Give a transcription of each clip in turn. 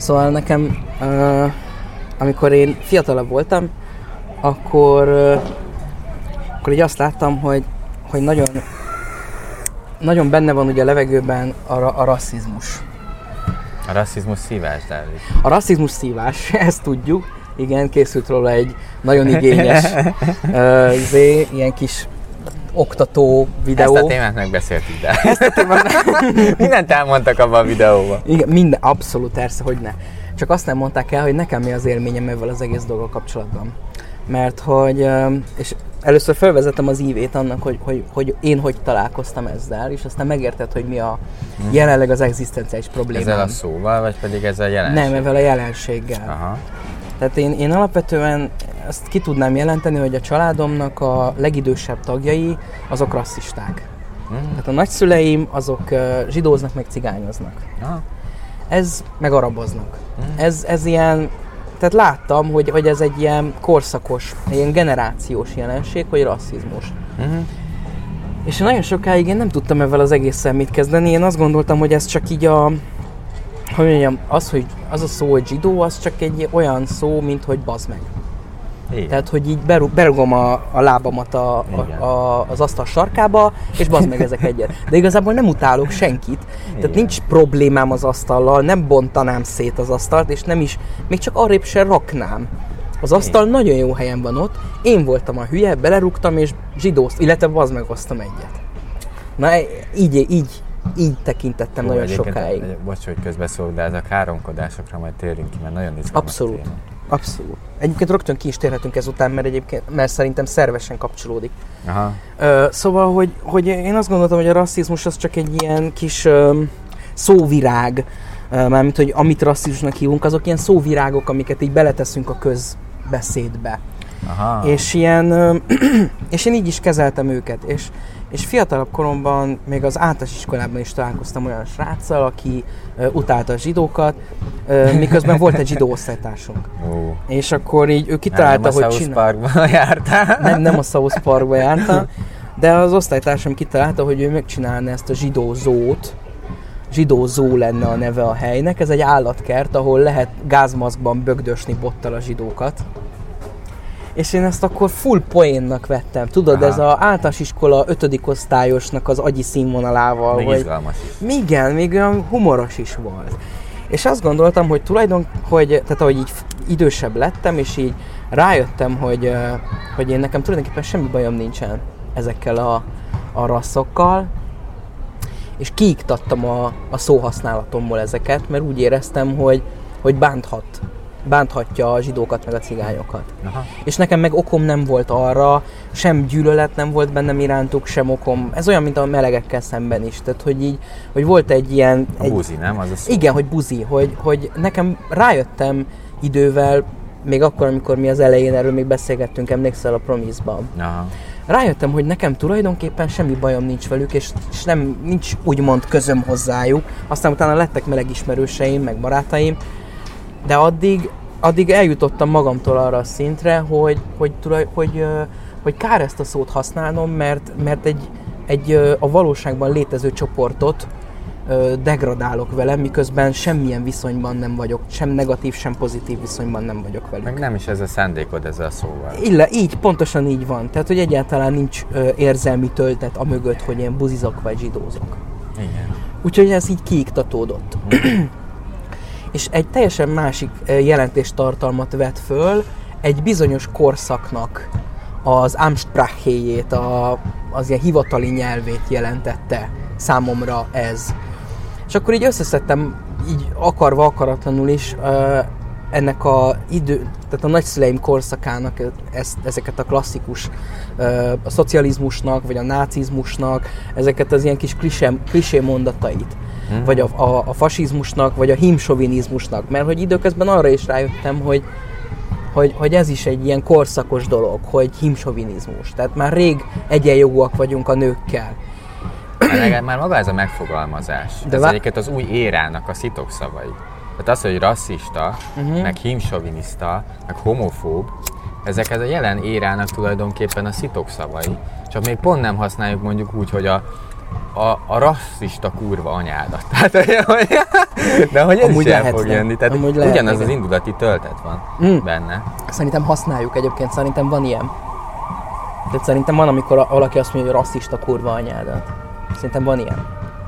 Szóval nekem, amikor én fiatalabb voltam, akkor így azt láttam, hogy nagyon, nagyon benne van ugye a levegőben a rasszizmus. A rasszizmus szívás, Dávid. A rasszizmus szívás, ezt tudjuk. Igen, készült róla egy nagyon igényes ilyen kis oktató videó. Ezt a témát megbeszéltük, de mindent elmondtak abban a videóban. Igen, minden, abszolút, persze, hogy ne. Csak azt nem mondták el, hogy nekem mi az élményem ezzel az egész dolggal kapcsolatban. Mert hogy, és először felvezettem az ívét annak, hogy én hogy találkoztam ezzel, és aztán megérted, hogy mi a jelenleg az egzisztenciális problémám. Ezzel a szóval, vagy pedig ezzel a jelenséggel? Nem, ezzel a jelenséggel. Aha. Tehát én alapvetően azt ki tudnám jelenteni, hogy a családomnak a legidősebb tagjai, azok rasszisták. Tehát a nagyszüleim, azok zsidóznak, meg cigányoznak. Aha. Ez meg araboznak. Ez ilyen, tehát láttam, hogy ez egy ilyen korszakos, egy ilyen generációs jelenség, hogy rasszizmus. És nagyon sokáig én nem tudtam ezzel az egészen mit kezdeni. Én azt gondoltam, hogy ez csak így hogy mondjam, az a szó, hogy zsidó, az csak egy olyan szó, mint hogy bazd meg. Igen. Tehát, hogy így berugom a lábamat az asztal sarkába, és bazd meg ezek egyet. De igazából nem utálok senkit, tehát nincs problémám az asztallal, nem bontanám szét az asztalt, és nem is, még csak arrébb sem raknám. Az asztal nagyon jó helyen van ott, én voltam a hülye, belerúgtam, és zsidózt, illetve bazd meg osztam egyet. Na, így tekintettem nagyon sokáig. Bocs, hogy közbeszólok, de ez a káromkodásokra majd térjünk ki, mert nagyon izgalmas. Abszolút. Egyébként rögtön ki is térhetünk ezután, mert szerintem szervesen kapcsolódik. Aha. Szóval, hogy én azt gondoltam, hogy a rasszizmus az csak egy ilyen kis szóvirág, mármint, hogy amit rasszizmusnak hívunk, azok ilyen szóvirágok, amiket így beleteszünk a közbeszédbe. Aha. És én így is kezeltem őket, és fiatalabb koromban, még az általános iskolában is találkoztam olyan sráccal, aki utálta a zsidókat, miközben volt egy zsidó osztálytársunk. És akkor így ő kitalálta, hogy csinál. Nem a South Parkba jártál? Nem a South Parkba jártam, de az osztálytársam kitalálta, hogy ő megcsinálna ezt a zsidó zoót. Zsidó zoo lenne a neve a helynek. Ez egy állatkert, ahol lehet gázmaszkban bögdösni bottal a zsidókat. És én ezt akkor full poénnak vettem. Tudod, ez az általános iskola 5. osztályosnak az agyi színvonalával. Még izgalmas is. Igen, még olyan humoros is volt. És azt gondoltam, hogy tehát ahogy így idősebb lettem, és így rájöttem, hogy én nekem tulajdonképpen semmi bajom nincsen ezekkel a rasszokkal, és kiiktattam a szóhasználatomból ezeket, mert úgy éreztem, hogy bánthatja a zsidókat meg a cigányokat. Aha. És nekem meg okom nem volt arra, sem gyűlölet nem volt bennem irántuk, sem okom. Ez olyan, mint a melegekkel szemben is. Tehát, hogy volt egy ilyen... buzi, nem? Az a szó. Igen, hogy buzi. Hogy nekem rájöttem idővel, még akkor, amikor mi az elején erről még beszélgettünk, emlékszel a Promise-ban. Aha. Rájöttem, hogy nekem tulajdonképpen semmi bajom nincs velük, és nincs úgymond közöm hozzájuk. Aztán utána lettek meleg ismerőseim, meg barátaim, de addig eljutottam magamtól arra a szintre, hogy kár ezt a szót használnom, mert egy a valóságban létező csoportot degradálok vele, miközben semmilyen viszonyban nem vagyok, sem negatív, sem pozitív viszonyban nem vagyok velük. Meg nem is ez a szándékod ezzel a szóval. Így, pontosan így van. Tehát, hogy egyáltalán nincs érzelmi töltet a mögött, hogy én buzizok vagy zsidózok. Igen. Úgyhogy ez így kiiktatódott. És egy teljesen másik jelentéstartalmat vett föl, egy bizonyos korszaknak az Amtssprachéjét, az ilyen hivatali nyelvét jelentette számomra ez. És akkor így összeszedtem, így akarva, akaratlanul is ennek tehát a nagyszüleim korszakának ezeket a klasszikus a szocializmusnak, vagy a nácizmusnak, ezeket az ilyen kis klisé mondatait. Vagy a fasizmusnak, vagy a hímsovinizmusnak, mert hogy időközben arra is rájöttem, hogy ez is egy ilyen korszakos dolog, hogy hímsovinizmus. Tehát már rég egyenjogúak vagyunk a nőkkel. Már maga ez a megfogalmazás, de ez egyébként az új érának a szitokszavai. Tehát az, hogy rasszista, meg hímsoviniszta, meg homofób, ezek ez a jelen érának tulajdonképpen a szitokszavai. Csak még pont nem használjuk mondjuk úgy, hogy a rasszista kurva anyádat. Tehát, de hogy ez amúgy is el fog jönni. Tehát ugyanaz az indulati töltet van benne. Szerintem használjuk egyébként, szerintem van ilyen. Tehát szerintem van, amikor valaki azt mondja, hogy rasszista kurva anyádat. Szerintem van ilyen.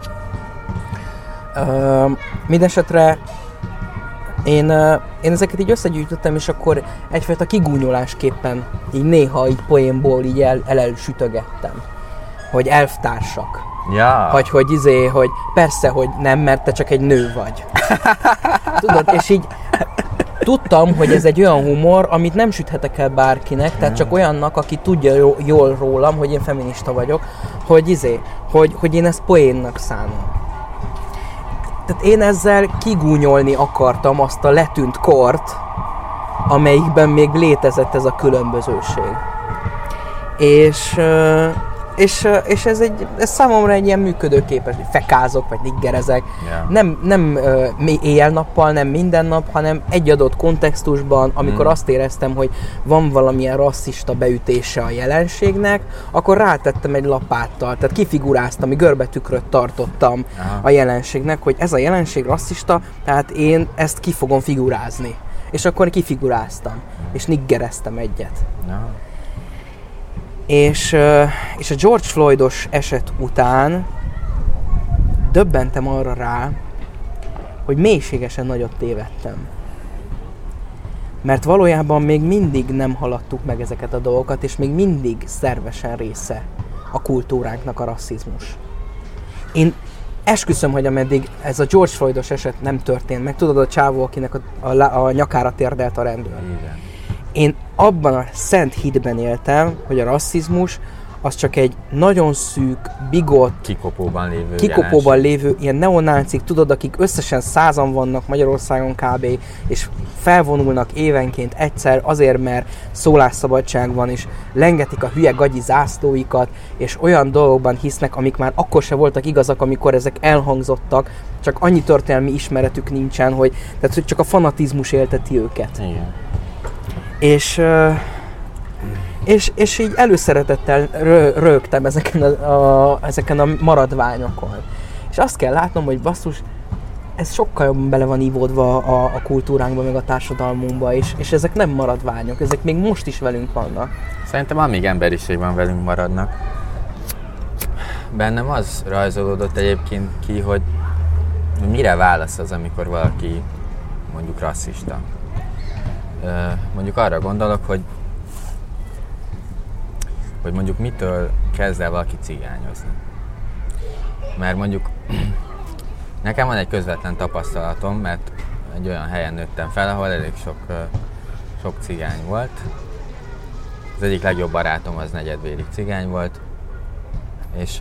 Mindenesetre én ezeket így összegyűjtöttem, és akkor egyfajta kigúnyolásképpen így néha így poénból így elsütögettem. Hogy elvtársak. Ja. Hogy persze, hogy nem, mert te csak egy nő vagy. Tudod, és így tudtam, hogy ez egy olyan humor, amit nem süthetek el bárkinek, tehát csak olyannak, aki tudja jól rólam, hogy én feminista vagyok, hogy én ezt poénnak szánom. Tehát én ezzel kigúnyolni akartam azt a letűnt kort, amelyikben még létezett ez a különbözőség. És ez számomra egy ilyen működőképes, hogy fekázok, vagy niggerezek. Yeah. Nem éjjel-nappal, nem minden nap, hanem egy adott kontextusban, amikor azt éreztem, hogy van valamilyen rasszista beütése a jelenségnek, akkor rátettem egy lapáttal, tehát kifiguráztam, görbetükröt tartottam a jelenségnek, hogy ez a jelenség rasszista, tehát én ezt ki fogom figurázni. És akkor kifiguráztam, és niggereztem egyet. Yeah. És a George Floydos eset után döbbentem arra rá, hogy mélységesen nagyot tévedtem. Mert valójában még mindig nem haladtuk meg ezeket a dolgokat, és még mindig szervesen része a kultúránknak a rasszizmus. Én esküszöm, hogy ameddig ez a George Floydos eset nem történt meg, tudod, a csávó, akinek a nyakára térdelt a rendőr. Igen. Én abban a szent hitben éltem, hogy a rasszizmus az csak egy nagyon szűk, bigott, kikopóban lévő ilyen neonácik, tudod, akik összesen 100-an vannak Magyarországon kb. És felvonulnak évenként egyszer azért, mert szólásszabadság van, és lengetik a hülye gagyi zászlóikat, és olyan dolgokban hisznek, amik már akkor se voltak igazak, amikor ezek elhangzottak, csak annyi történelmi ismeretük nincsen, hogy csak a fanatizmus élteti őket. Igen. És így előszeretettel rögtem ezeken a maradványokon. És azt kell látnom, hogy basszus, ez sokkal jobban bele van ívódva a kultúránkba, meg a társadalmunkba, és ezek nem maradványok, ezek még most is velünk vannak. Szerintem amíg emberiség van, velünk maradnak. Bennem az rajzolódott egyébként ki, hogy mire válasz az, amikor valaki mondjuk rasszista. Mondjuk arra gondolok, hogy mondjuk mitől kezd el valaki cigányozni. Mert mondjuk nekem van egy közvetlen tapasztalatom, mert egy olyan helyen nőttem fel, ahol elég sok cigány volt. Az egyik legjobb barátom az negyedvérig cigány volt, és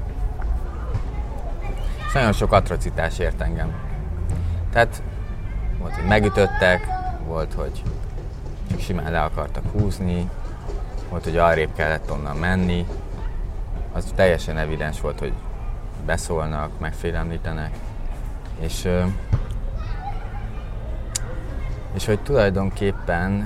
nagyon sok atrocitás ért engem. Tehát volt, hogy megütöttek, volt, hogy csak simán le akartak húzni, volt, hogy arrébb kellett onnan menni. Az teljesen evidens volt, hogy beszólnak, megfélemlítenek, és hogy tulajdonképpen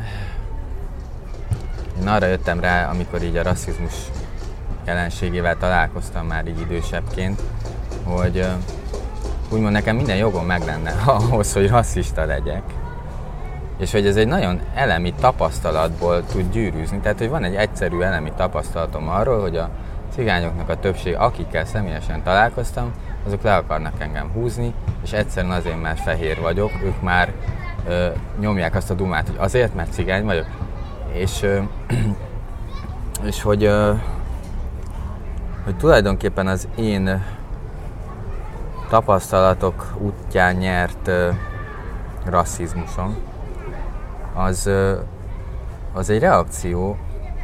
én arra jöttem rá, amikor így a rasszizmus jelenségével találkoztam már így idősebbként, hogy úgymond nekem minden jogom meg lenne ahhoz, hogy rasszista legyek. És hogy ez egy nagyon elemi tapasztalatból tud gyűrűzni. Tehát, hogy van egy egyszerű elemi tapasztalatom arról, hogy a cigányoknak a többség, akikkel személyesen találkoztam, azok le akarnak engem húzni, és egyszerűen azért, mert fehér vagyok, ők már nyomják azt a dumát, hogy azért, mert cigány vagyok. És hogy tulajdonképpen az én tapasztalatok útján nyert rasszizmusom, az egy reakció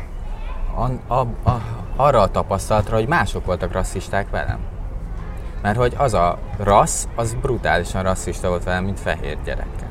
arra a tapasztalatra, hogy mások voltak rasszisták velem. Mert hogy az a rassz, az brutálisan rasszista volt velem, mint fehér gyerekkel.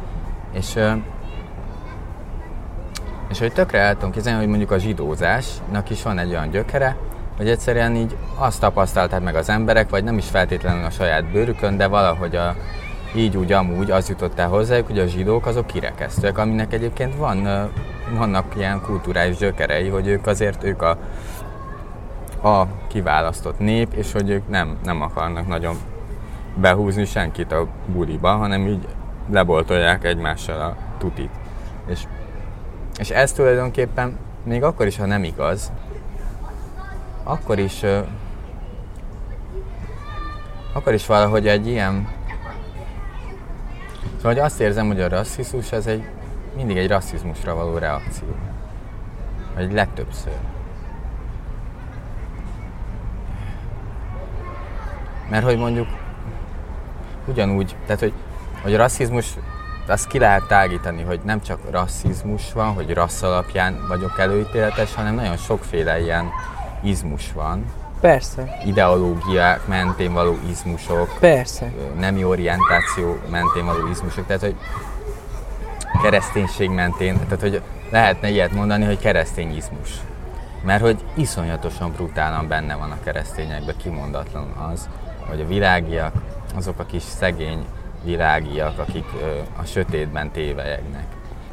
És hogy tökre el tudom képzelni, hogy mondjuk a zsidózásnak is van egy olyan gyökere, hogy egyszerűen így azt tapasztalták meg az emberek, vagy nem is feltétlenül a saját bőrükön, de valahogy így úgy amúgy az jutott el hozzájuk, hogy a zsidók azok kirekesztőek, aminek egyébként vannak ilyen kulturális gyökerei, hogy ők a kiválasztott nép, és hogy ők nem akarnak nagyon behúzni senkit a buliba, hanem így leboltolják egymással a tutit. És ez tulajdonképpen még akkor is, ha nem igaz, akkor is valahogy egy ilyen... Szóval azt érzem, hogy a rasszizmus ez mindig egy rasszizmusra való reakció. Vagy legtöbbször. Mert hogy mondjuk ugyanúgy, tehát hogy a rasszizmus, azt ki lehet tágítani, hogy nem csak rasszizmus van, hogy rassz alapján vagyok előítéletes, hanem nagyon sokféle ilyen izmus van. Persze. Ideológiák mentén való izmusok. Persze. Nemi orientáció mentén való izmusok. Tehát, hogy kereszténység mentén, tehát, hogy lehetne ilyet mondani, hogy keresztény izmus. Mert hogy iszonyatosan brutálan benne van a keresztényekben, kimondatlan az, hogy a világiak, azok a kis szegény világiak, akik a sötétben tévelyegnek.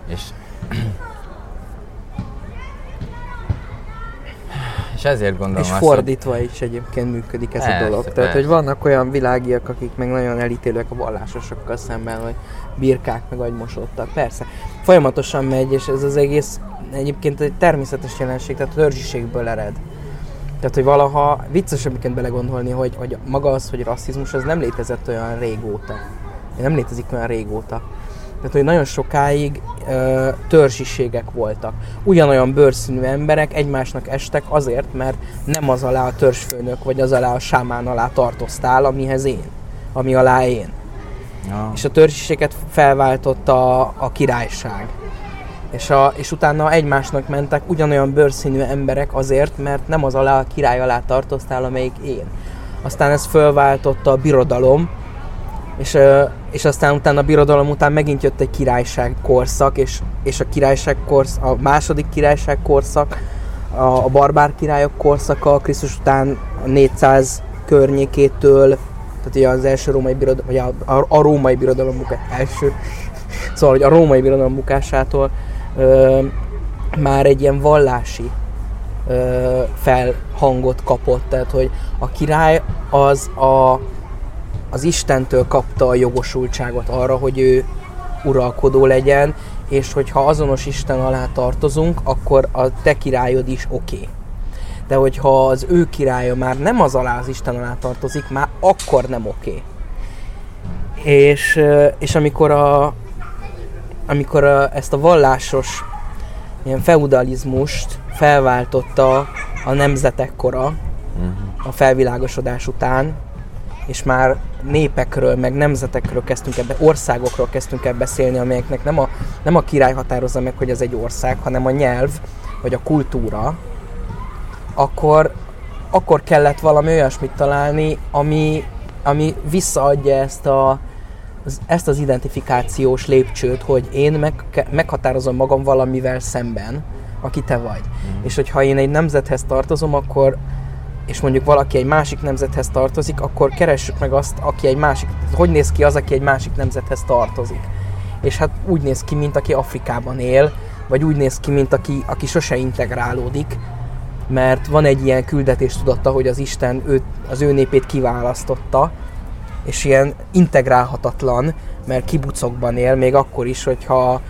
És ezért gondolom és fordítva is egyébként működik ez a dolog. Tehát, hogy vannak olyan világiak, akik meg nagyon elítélőek a vallásosokkal szemben, hogy birkák meg agymosodtak. Persze, folyamatosan megy, és ez az egész egyébként egy természetes jelenség, tehát törzsiségből ered. Tehát, hogy valaha vicces egyébként belegondolni, hogy maga az, hogy rasszizmus, az nem létezett olyan régóta. Nem létezik olyan régóta. Tehát, hogy nagyon sokáig törzsiségek voltak. Ugyanolyan bőrszínű emberek egymásnak estek azért, mert nem az alá a törzsfőnök, vagy az alá a sámán alá tartoztál, ami alá én. Ja. És a törzsiséget felváltotta a királyság. És utána egymásnak mentek ugyanolyan bőrszínű emberek azért, mert nem az alá a király alá tartoztál, amelyik én. Aztán ez felváltotta a birodalom, és aztán utána a birodalom után megint jött egy királyság korszak, és a második királyság korszak, a barbár királyok korszaka, Krisztus után a 400 környékétől, tehát ugye az első római birodalom, vagy a római birodalom szóval, hogy a római birodalom bukásától már egy ilyen vallási felhangot kapott, tehát hogy a király az Istentől kapta a jogosultságot arra, hogy ő uralkodó legyen, és hogyha azonos Isten alá tartozunk, akkor a te királyod is oké. De hogyha az ő királya már nem az alá, az Isten alá tartozik, már akkor nem oké. És amikor ezt a vallásos ilyen feudalizmust felváltotta a nemzetek kora a felvilágosodás után, és már népekről, meg nemzetekről országokról kezdtünk el beszélni, amelyeknek nem a király határozza meg, hogy ez egy ország, hanem a nyelv, vagy a kultúra, akkor kellett valami olyasmit találni, ami visszaadja ezt az identifikációs lépcsőt, hogy én meghatározom magam valamivel szemben, aki te vagy. És hogyha én egy nemzethez tartozom, akkor és mondjuk valaki egy másik nemzethez tartozik, akkor keressük meg azt, aki egy másik... Hogy néz ki az, aki egy másik nemzethez tartozik? És hát úgy néz ki, mint aki Afrikában él, vagy úgy néz ki, mint aki sose integrálódik, mert van egy ilyen küldetéstudata, hogy az Isten az ő népét kiválasztotta, és ilyen integrálhatatlan, mert kibucokban él, még akkor is, hogyha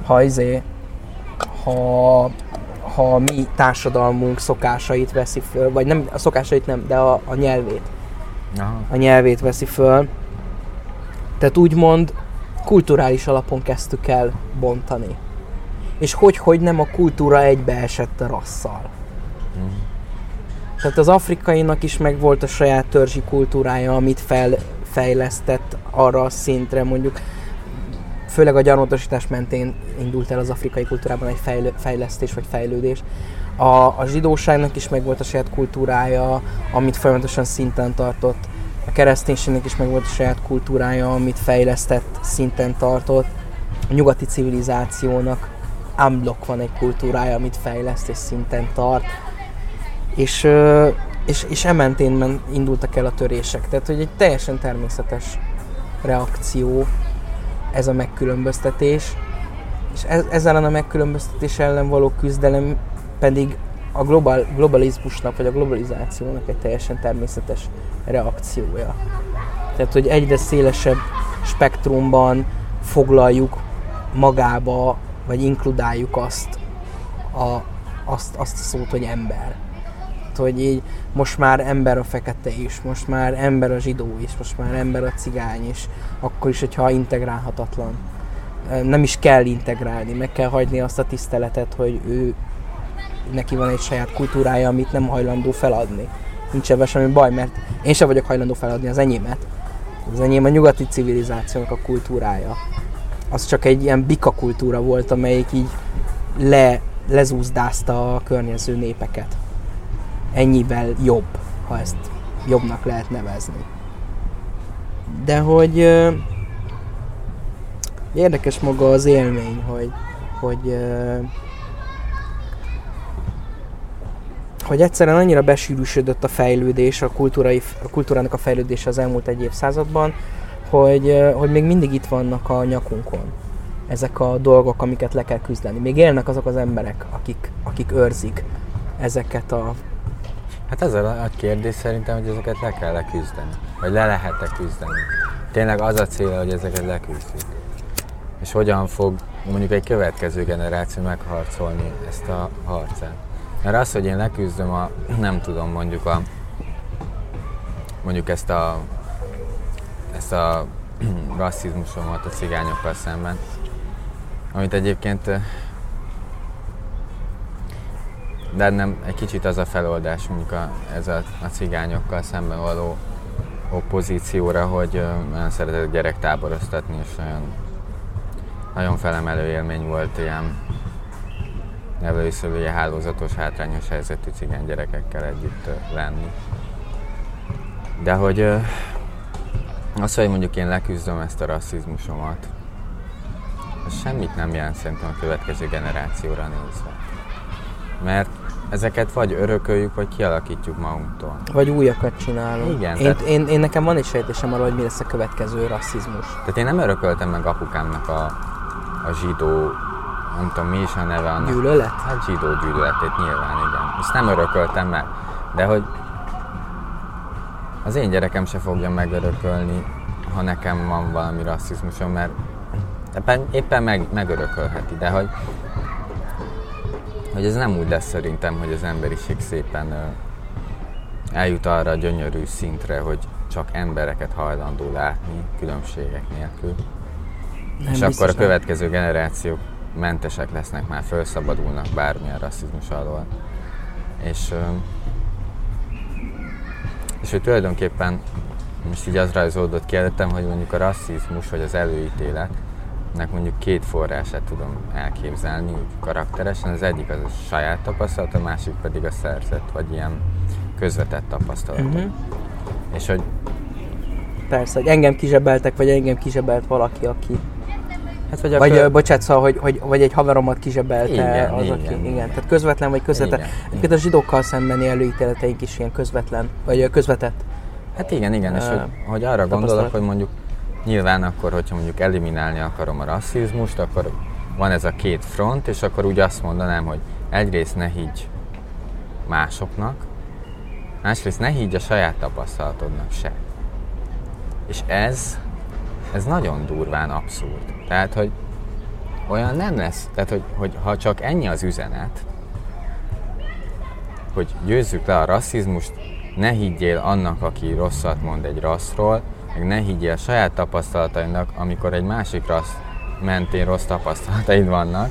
ha mi társadalmunk szokásait veszi föl, vagy nem, a szokásait nem, de a nyelvét. Aha. A nyelvét veszi föl. Tehát úgymond kulturális alapon kezdtük el bontani. És hogy nem a kultúra egybeesett a rasszal. Tehát az afrikainak is megvolt a saját törzsi kultúrája, amit fejlesztett arra a szintre, mondjuk főleg a gyarmatosítás mentén indult el az afrikai kultúrában egy fejlesztés vagy fejlődés. A zsidóságnak is megvolt a saját kultúrája, amit folyamatosan szinten tartott. A kereszténységnek is megvolt a saját kultúrája, amit fejlesztett, szinten tartott. A nyugati civilizációnak unblock van egy kultúrája, amit fejleszt és szinten tart. És ementén indultak el a törések. Tehát, hogy egy teljesen természetes reakció ez a megkülönböztetés, és ezzel a megkülönböztetés ellen való küzdelem pedig a globalizmusnak, vagy a globalizációnak egy teljesen természetes reakciója. Tehát, hogy egyre szélesebb spektrumban foglaljuk magába, vagy inkludáljuk azt a szót, hogy ember. Tehát, hogy így most már ember a fekete is, most már ember a zsidó is, most már ember a cigány is, akkor is, hogyha integrálhatatlan. Nem is kell integrálni, meg kell hagyni azt a tiszteletet, hogy neki van egy saját kultúrája, amit nem hajlandó feladni. Nincs ebben semmi baj, mert én sem vagyok hajlandó feladni az enyémet. Az enyém a nyugati civilizációnak a kultúrája. Az csak egy ilyen bika kultúra volt, amelyik így lezúzdázta a környező népeket. Ennyivel jobb, ha ezt jobbnak lehet nevezni. De hogy érdekes maga az élmény, hogy egyszerűen annyira besűrűsödött a fejlődés, a kultúrának a fejlődése az elmúlt egy évszázadban, hogy még mindig itt vannak a nyakunkon ezek a dolgok, amiket le kell küzdeni. Még élnek azok az emberek, akik őrzik ezeket a... Hát az a kérdés szerintem, hogy ezeket le kell leküzdeni. Vagy le lehet-e küzdeni. Tényleg az a cél, hogy ezeket leküzdjük. És hogyan fog mondjuk egy következő generáció megharcolni ezt a harcát. Mert az, hogy én leküzdöm nem tudom, mondjuk ezt a rasszizmusomat a cigányokkal szemben, amit egyébként de nem egy kicsit az a feloldás mondjuk a cigányokkal szemben való oppozícióra, hogy nagyon szeretek gyerektáboroztatni, és nagyon felemelő élmény volt ilyen nevelőszülői hálózatos, hátrányos helyzetű cigány gyerekekkel együtt lenni. De hogy az, hogy mondjuk én leküzdöm ezt a rasszizmusomat, az semmit nem jelent szerintem a következő generációra nézve. Mert ezeket vagy örököljük, vagy kialakítjuk magunktól. Vagy újakat csinálunk. Igen. Én nekem van egy sejtésem arra, hogy mi lesz a következő rasszizmus. Tehát én nem örököltem meg apukámnak a zsidó, nem tudom mi is a neve annak. Gyűlölet? Hát zsidó gyűlöletét nyilván, igen. Ezt nem örököltem meg. De hogy az én gyerekem se fogja megörökölni, ha nekem van valami rasszizmusom, mert éppen megörökölheti, de hogy ez nem úgy lesz szerintem, hogy az emberiség szépen eljut arra a gyönyörű szintre, hogy csak embereket hajlandó látni, különbségek nélkül. Nem, és akkor a következő generációk mentesek lesznek, már felszabadulnak bármilyen rasszizmus alól. És hogy tulajdonképpen most így az rajzolódott ki előttem, hogy mondjuk a rasszizmus vagy az előítéletnek mondjuk két forrását tudom elképzelni, úgy karakteresen. Az egyik az a saját tapasztalat, a másik pedig a szerzett, vagy ilyen közvetett tapasztalatok. Uh-huh. És hogy... Persze, hogy engem kizsebeltek, vagy engem kizsebelt valaki, aki... Hát vagy bocsánat, szóval, hogy egy haveromat kizsebelte az, aki... Igen, tehát közvetlen vagy közvetett. Egyébként a zsidókkal szembeni előítéleteink is ilyen közvetlen, vagy közvetett. Hát igen, és hogy arra gondolok, hogy mondjuk nyilván akkor, hogyha mondjuk eliminálni akarom a rasszizmust, akkor van ez a két front, és akkor úgy azt mondanám, hogy egyrészt ne higgy másoknak, másrészt ne higgy a saját tapasztalatodnak se. És ez nagyon durván abszurd. Tehát, hogy olyan nem lesz, tehát, hogy ha csak ennyi az üzenet, hogy győzzük le a rasszizmust, ne higgyél annak, aki rosszat mond egy rasszról, meg ne higgyél a saját tapasztalatainak, amikor egy másik rassz mentén rossz tapasztalataid vannak,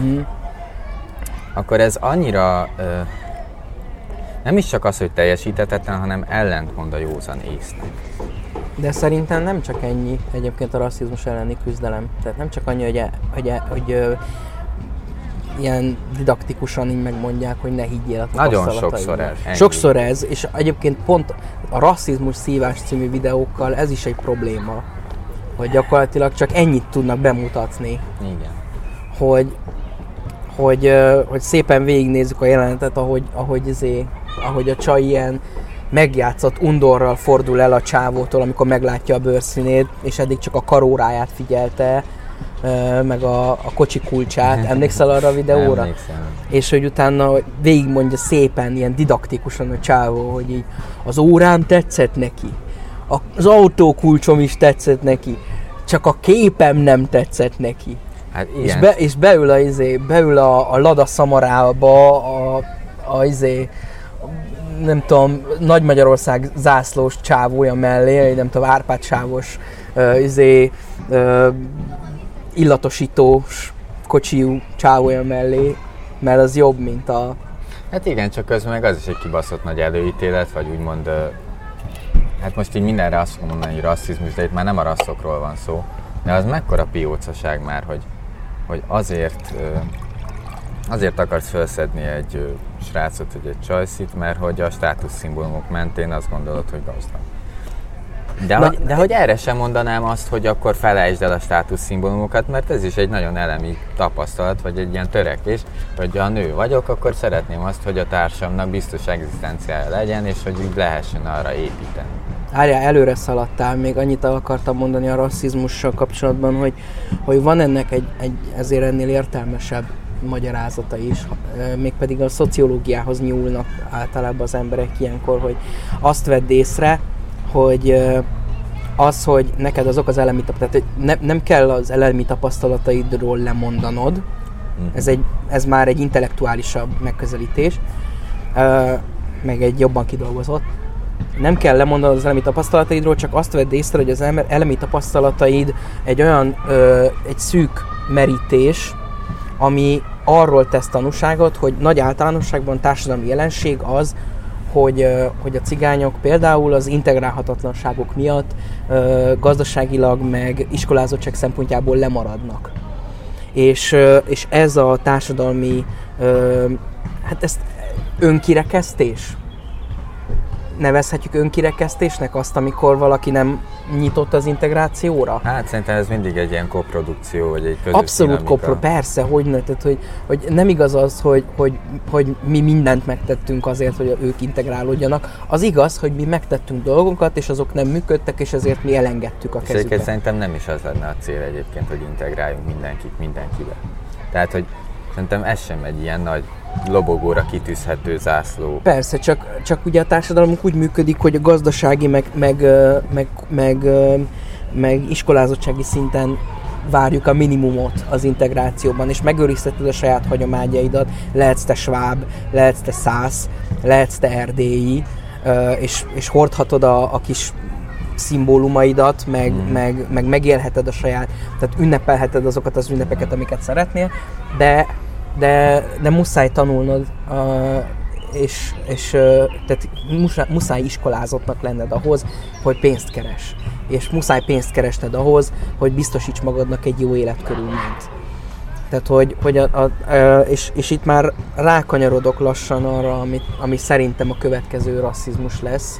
akkor ez annyira nem is csak az, hogy teljesíthetetlen, hanem ellentmond a józan észnek. De szerintem nem csak ennyi egyébként a rasszizmus elleni küzdelem. Tehát nem csak annyi, hogy ilyen didaktikusan így megmondják, hogy ne higgyél a tapasztalataidnak. Nagyon sokszor ez. Ennyi. Sokszor ez, és egyébként pont a Rasszizmus szívás című videókkal ez is egy probléma. Hogy gyakorlatilag csak ennyit tudnak bemutatni. Igen. Hogy szépen végignézzük a jelenetet, ahogy a csaj ilyen megjátszott undorral fordul el a csávótól, amikor meglátja a bőrszínét, és eddig csak a karóráját figyelte, meg a kocsi kulcsát. Emlékszel arra a videóra? Emlékszem. És hogy utána végigmondja szépen, ilyen didaktikusan a csávó, hogy így az órám tetszett neki, az autókulcsom is tetszett neki, csak a képem nem tetszett neki. Hát igen. És beül a Lada Szamarába nem tudom, Nagy Magyarország zászlós csávója mellé, nem tudom, Árpád sávos illatosítós kocsiú csávója mellé, mert az jobb, mint a... Hát igen, csak közben meg az is egy kibaszott nagy előítélet, vagy úgymond, hát most így mindenre azt mondom mondani, hogy rasszizmus, de itt már nem a rasszokról van szó, de az mekkora piócaság már, hogy azért akarsz felszedni egy srácot, vagy egy csajszit, mert hogy a státuszszimbólumok mentén azt gondolod, hogy gazdag. De hogy erre sem mondanám azt, hogy akkor felejtsd el a státuszszimbólumokat, mert ez is egy nagyon elemi tapasztalat, vagy egy ilyen törekvés, hogy ha nő vagyok, akkor szeretném azt, hogy a társamnak biztos egzisztenciája legyen, és hogy úgy lehessen arra építeni. Várjál, előre szaladtál, még annyit akartam mondani a rasszizmussal kapcsolatban, hogy van ennek egy ezért ennél értelmesebb magyarázata is, mégpedig a szociológiához nyúlnak általában az emberek ilyenkor, hogy azt vedd észre, hogy az, hogy neked azok az elemi tapasztalatok, tehát nem kell az elemi tapasztalataidról lemondanod, ez már egy intellektuálisabb megközelítés, meg egy jobban kidolgozott. Nem kell lemondanod az elemi tapasztalataidról, csak azt vedd észre, hogy az elemi tapasztalataid egy olyan egy szűk merítés, ami arról tesz tanúságot, hogy nagy általánosságban társadalmi jelenség az, hogy a cigányok például az integrálhatatlanságok miatt gazdaságilag meg iskolázottság szempontjából lemaradnak. És ez a társadalmi, hát ezt önkirekesztés? Nevezhetjük önkirekesztésnek azt, amikor valaki nem nyitott az integrációra? Hát szerintem ez mindig egy ilyen koprodukció, vagy egy közös abszolút persze, hogy ne, tehát, hogy nem igaz az, hogy mi mindent megtettünk azért, hogy ők integrálódjanak. Az igaz, hogy mi megtettünk dolgokat, és azok nem működtek, és ezért mi elengedtük a kezüket. És szerintem nem is az lenne a cél egyébként, hogy integráljunk mindenkit mindenkivel. Tehát, hogy szerintem ez sem egy ilyen nagy lobogóra kitűzhető zászló. Persze, csak ugye a társadalmunk úgy működik, hogy a gazdasági meg iskolázottsági szinten várjuk a minimumot az integrációban, és megőrizheted a saját hagyományaidat, lehetsz te sváb, lehetsz te szász, lehetsz te erdélyi, és hordhatod a kis szimbólumaidat, meg megélheted a saját, tehát ünnepelheted azokat az ünnepeket, amiket szeretnél, de muszáj tanulnod, és tehát muszáj iskolázottnak lenned ahhoz, hogy pénzt keres. És muszáj pénzt keresned ahhoz, hogy biztosíts magadnak egy jó életkörülményt. Tehát, és itt már rákanyarodok lassan arra, ami szerintem a következő rasszizmus lesz.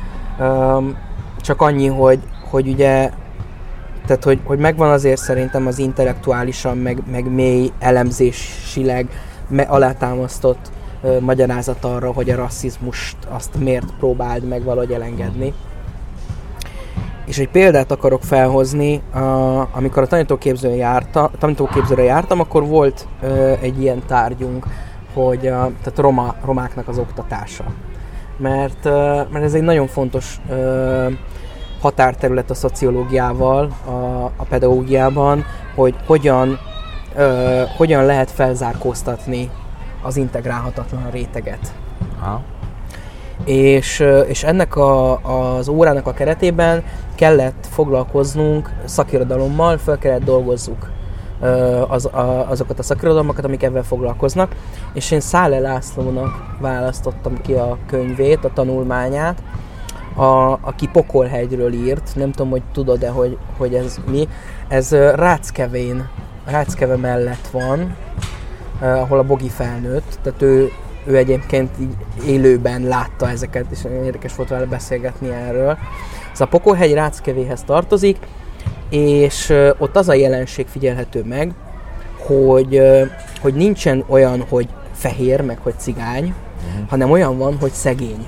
Csak annyi, hogy ugye, tehát, hogy megvan azért szerintem az intellektuálisan, meg mély elemzésileg alátámasztott magyarázat arra, hogy a rasszizmust azt miért próbáld meg valahogy elengedni. És egy példát akarok felhozni, amikor a tanítóképzőre jártam, akkor volt egy ilyen tárgyunk, hogy tehát romáknak az oktatása. Mert ez egy nagyon fontos határterület a szociológiával, a pedagógiában, hogy hogyan lehet felzárkóztatni az integrálhatatlan réteget. Aha. És ennek az órának a keretében kellett foglalkoznunk szakirodalommal, fel kellett dolgozzuk azokat a szakirodalmakat, amik ebben foglalkoznak, és én Szále Lászlónak választottam ki a könyvét, a tanulmányát, aki Pokolhegyről írt, nem tudom, hogy tudod-e, hogy ez mi. Ez Ráckeve mellett van, ahol a Bogi felnőtt, tehát ő egyébként így élőben látta ezeket, és érdekes volt vele beszélgetni erről. Ez a Pokolhegy Ráckevéhez tartozik, és ott az a jelenség figyelhető meg, hogy nincsen olyan, hogy fehér, meg hogy cigány, hanem olyan van, hogy szegény.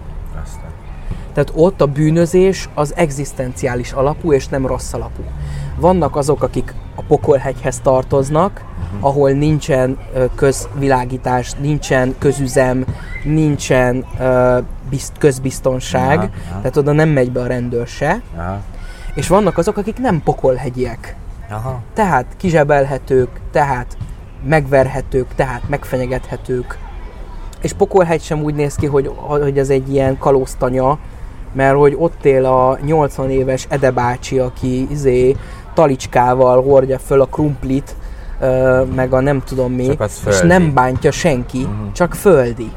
Tehát ott a bűnözés az egzisztenciális alapú, és nem rossz alapú. vannak azok, akik a Pokolhegyhez tartoznak, ahol nincsen közvilágítás, nincsen közüzem, nincsen közbiztonság, tehát oda nem megy be a rendőr se. Aha. És vannak azok, akik nem pokolhegyiek. Aha. Tehát kizsebelhetők, tehát megverhetők, tehát megfenyegethetők. És Pokolhegy sem úgy néz ki, hogy ez egy ilyen kalóztanya, mert hogy ott él a 80 éves Ede bácsi, aki talicskával hordja föl a krumplit, meg a nem tudom mi, és nem bántja senki, csak földi.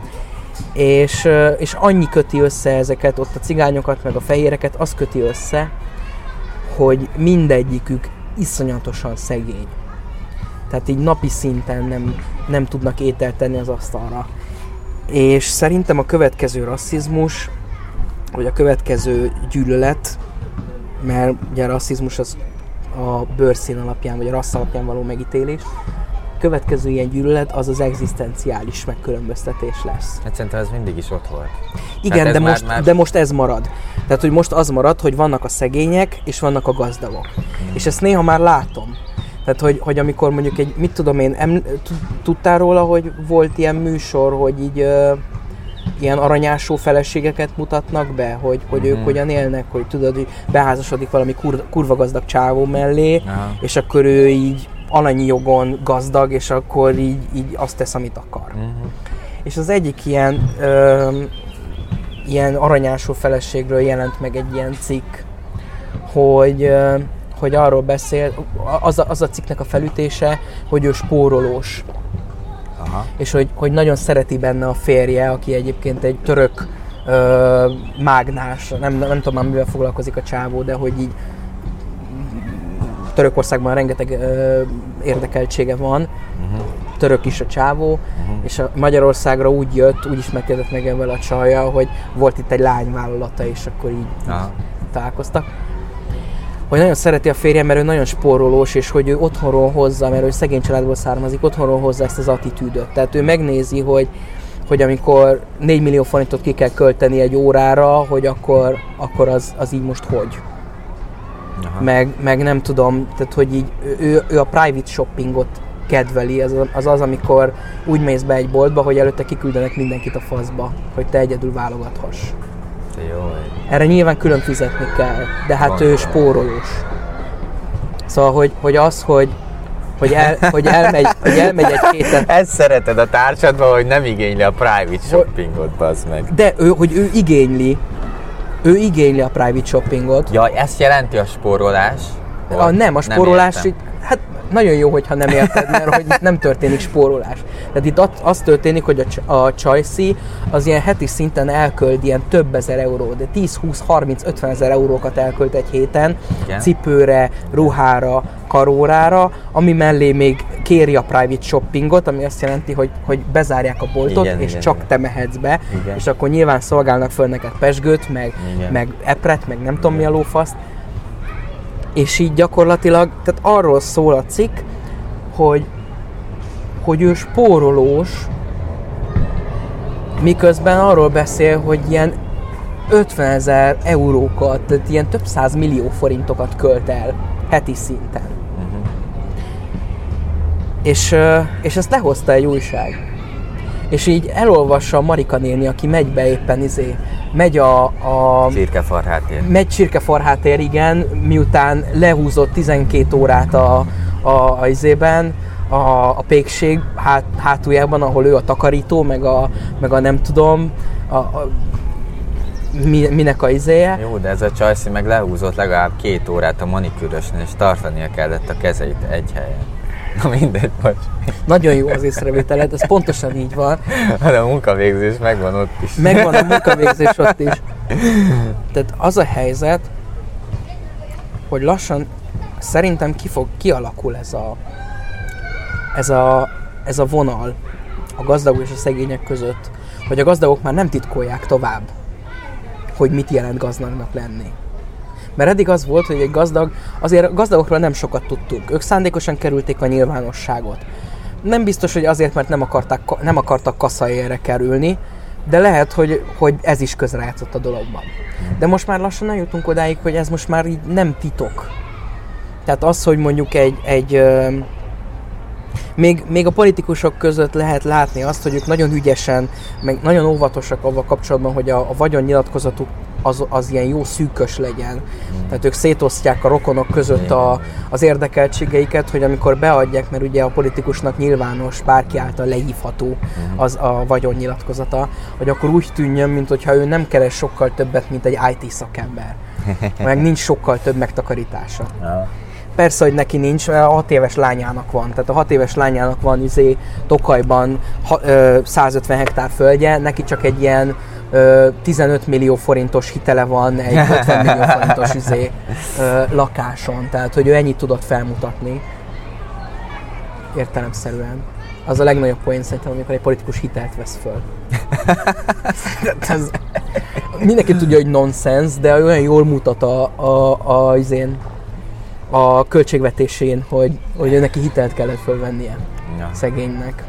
És annyi köti össze ezeket, ott a cigányokat, meg a fehéreket, az köti össze, hogy mindegyikük iszonyatosan szegény. Tehát így napi szinten nem tudnak ételt tenni az asztalra. És szerintem a következő rasszizmus, vagy a következő gyűlölet, mert ugye a rasszizmus az a bőrszín alapján, vagy a rassz alapján való megítélés, következő ilyen gyűlölet az az egzisztenciális megkülönböztetés lesz. Hát szerintem ez mindig is ott volt. Igen, de most ez marad. Tehát, hogy most az marad, hogy vannak a szegények, és vannak a gazdagok. És ezt néha már látom. Tehát, hogy amikor mondjuk mit tudom én, tudtál róla, hogy volt ilyen műsor, hogy így ilyen aranyásó feleségeket mutatnak be, hogy ők hogyan élnek, hogy tudod, hogy beházasodik valami kurva gazdag csávó mellé, és akkor ő így alanyi jogon gazdag, és akkor így azt tesz, amit akar. És az egyik ilyen aranyásó feleségről jelent meg egy ilyen cikk, hogy arról beszél, az a cikknek a felütése, hogy ő spórolós. Aha. És hogy nagyon szereti benne a férje, aki egyébként egy török mágnás, nem tudom már mivel foglalkozik a csávó, de hogy így Törökországban rengeteg érdekeltsége van, török is a csávó, és a Magyarországra úgy ismerkedett meg vele a csajja, hogy volt itt egy lányvállalata, és akkor így találkoztak. Hogy nagyon szereti a férje, mert ő nagyon spórolós, és hogy ő otthonról hozza, mert ő szegény családból származik, otthonról hozza ezt az attitűdöt. Tehát ő megnézi, hogy amikor 4 millió forintot ki kell költeni egy órára, hogy akkor az így most hogy. Meg nem tudom, tehát hogy így ő a private shoppingot kedveli, az, amikor úgy mész be egy boltba, hogy előtte kiküldenek mindenkit a faszba, hogy te egyedül válogathass. Jó. Erre nyilván külön fizetni kell, de hát ő spórolós. Szóval, hogy elmegy egy héten... Ezt szereted a társadban, hogy nem igényli a private shoppingot, bazd meg. De ő igényli. Ő igényli a private shoppingot. Ja, ezt jelenti a spórolás? Nem, a spórolás... Hát nagyon jó, hogyha nem érted, mert hogy nem történik spórolás. Tehát itt az történik, hogy a csajszi az ilyen heti szinten elkölt ilyen több ezer euró, de 10, 20, 30, 50 ezer eurókat elkölt egy héten, igen, cipőre, ruhára, karórára, ami mellé még kéri a private shoppingot, ami azt jelenti, hogy bezárják a boltot, igen, és igen, csak igen, te mehetsz be, igen, és akkor nyilván szolgálnak föl neked pezsgőt, meg epret, meg nem tudom mi a lófaszt. És így gyakorlatilag, tehát arról szól a cikk, hogy ő spórolós, miközben arról beszél, hogy ilyen 50 000 eurókat, tehát ilyen több 100 millió forintokat költ el heti szinten. És ezt lehozta egy újság. És így elolvassa a Marika néni, aki megy be éppen megy a Csirkefarhátér. Megy Csirkefarhátér, igen, miután lehúzott 12 órát a pékség hátuljában, ahol ő a takarító, meg a nem tudom, minek a izéje. Jó, de ez a csajszi meg lehúzott legalább 2 órát a manikűrösnél, és tartania kellett a kezeit egy helyen. Na mindegy, bocs. Nagyon jó az észrevételed, ez pontosan így van. De a munkavégzés megvan ott is. Megvan a munkavégzés ott is. Tehát az a helyzet, hogy lassan szerintem kialakul ez a vonal a gazdagok és a szegények között, hogy a gazdagok már nem titkolják tovább, hogy mit jelent gazdagnak lenni. Mert eddig az volt, hogy azért a gazdagokról nem sokat tudtunk. Ők szándékosan kerülték a nyilvánosságot. Nem biztos, hogy azért, mert nem akartak kaszaérre kerülni, de lehet, hogy ez is közrejátszott a dologban. De most már lassan eljutunk odáig, hogy ez most már így nem titok. Tehát az, hogy mondjuk még a politikusok között lehet látni azt, hogy ők nagyon ügyesen, meg nagyon óvatosak avval kapcsolatban, hogy a vagyonnyilatkozatuk az ilyen jó szűkös legyen. Tehát ők szétosztják a rokonok között az érdekeltségeiket, hogy amikor beadják, mert ugye a politikusnak nyilvános, bárki által lehívható az a vagyonnyilatkozata, hogy akkor úgy tűnjön, mintha ő nem keres sokkal többet, mint egy IT szakember. Meg nincs sokkal több megtakarítása. Persze, hogy neki nincs, a 6 éves lányának van. Tehát a 6 éves lányának van Tokajban 150 hektár földje, neki csak egy ilyen 15 millió forintos hitele van egy 50 millió forintos lakáson. Tehát, hogy ő ennyit tudott felmutatni. Értelemszerűen. Az a legnagyobb poén szerintem, amikor egy politikus hitelt vesz föl. Mindenki tudja, hogy nonsens, de olyan jól mutat a költségvetésén, hogy ő neki hitelt kellett fölvennie szegénynek.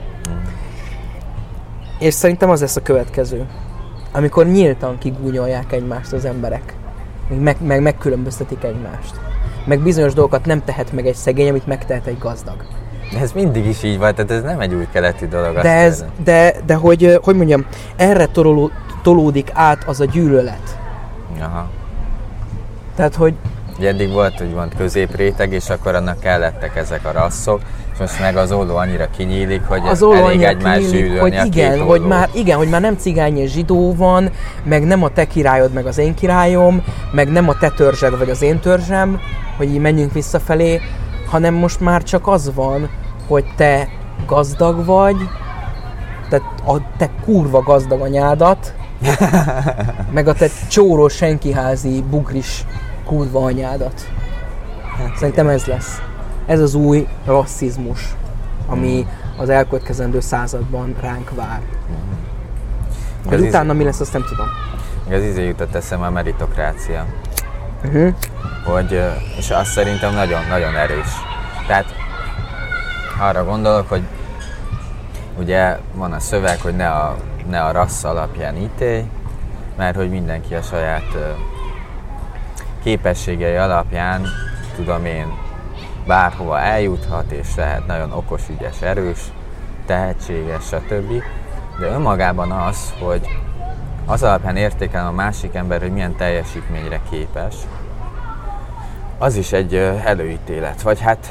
És szerintem az lesz a következő. Amikor nyíltan kigúnyolják egymást az emberek, meg megkülönböztetik egymást. Meg bizonyos dolgokat nem tehet meg egy szegény, amit megtehet egy gazdag. De ez mindig is így volt, tehát ez nem egy új keleti dolog. De hogy mondjam, erre tolódik át az a gyűlölet. Aha. Tehát, hogy eddig volt, hogy van középréteg, és akkor annak kellettek ezek a rasszok, és most meg az olló annyira kinyílik, hogy elég egymást zsűrölni a két olló. Hogy már nem cigány és zsidó van, meg nem a te királyod, meg az én királyom, meg nem a te törzsed, vagy az én törzsem, hogy így menjünk visszafelé, hanem most már csak az van, hogy te gazdag vagy, tehát a te kurva gazdag anyádat, meg a te csóró senkiházi bugris kurva anyádat. Szerintem ez lesz. Ez az új rasszizmus, ami az elkövetkezendő században ránk vár. Hogy utána mi lesz, azt nem tudom. Ez jutott eszembe a meritokrácia. Hogy, és azt szerintem nagyon erős. Tehát arra gondolok, hogy ugye van a szöveg, hogy ne a rassz alapján ítélj, mert hogy mindenki a saját képességei alapján, tudom én, bárhova eljuthat, és lehet nagyon okos, ügyes, erős, tehetséges, stb. De önmagában az, hogy az alapján értékelem a másik ember, hogy milyen teljesítményre képes, az is egy előítélet. Vagy hát...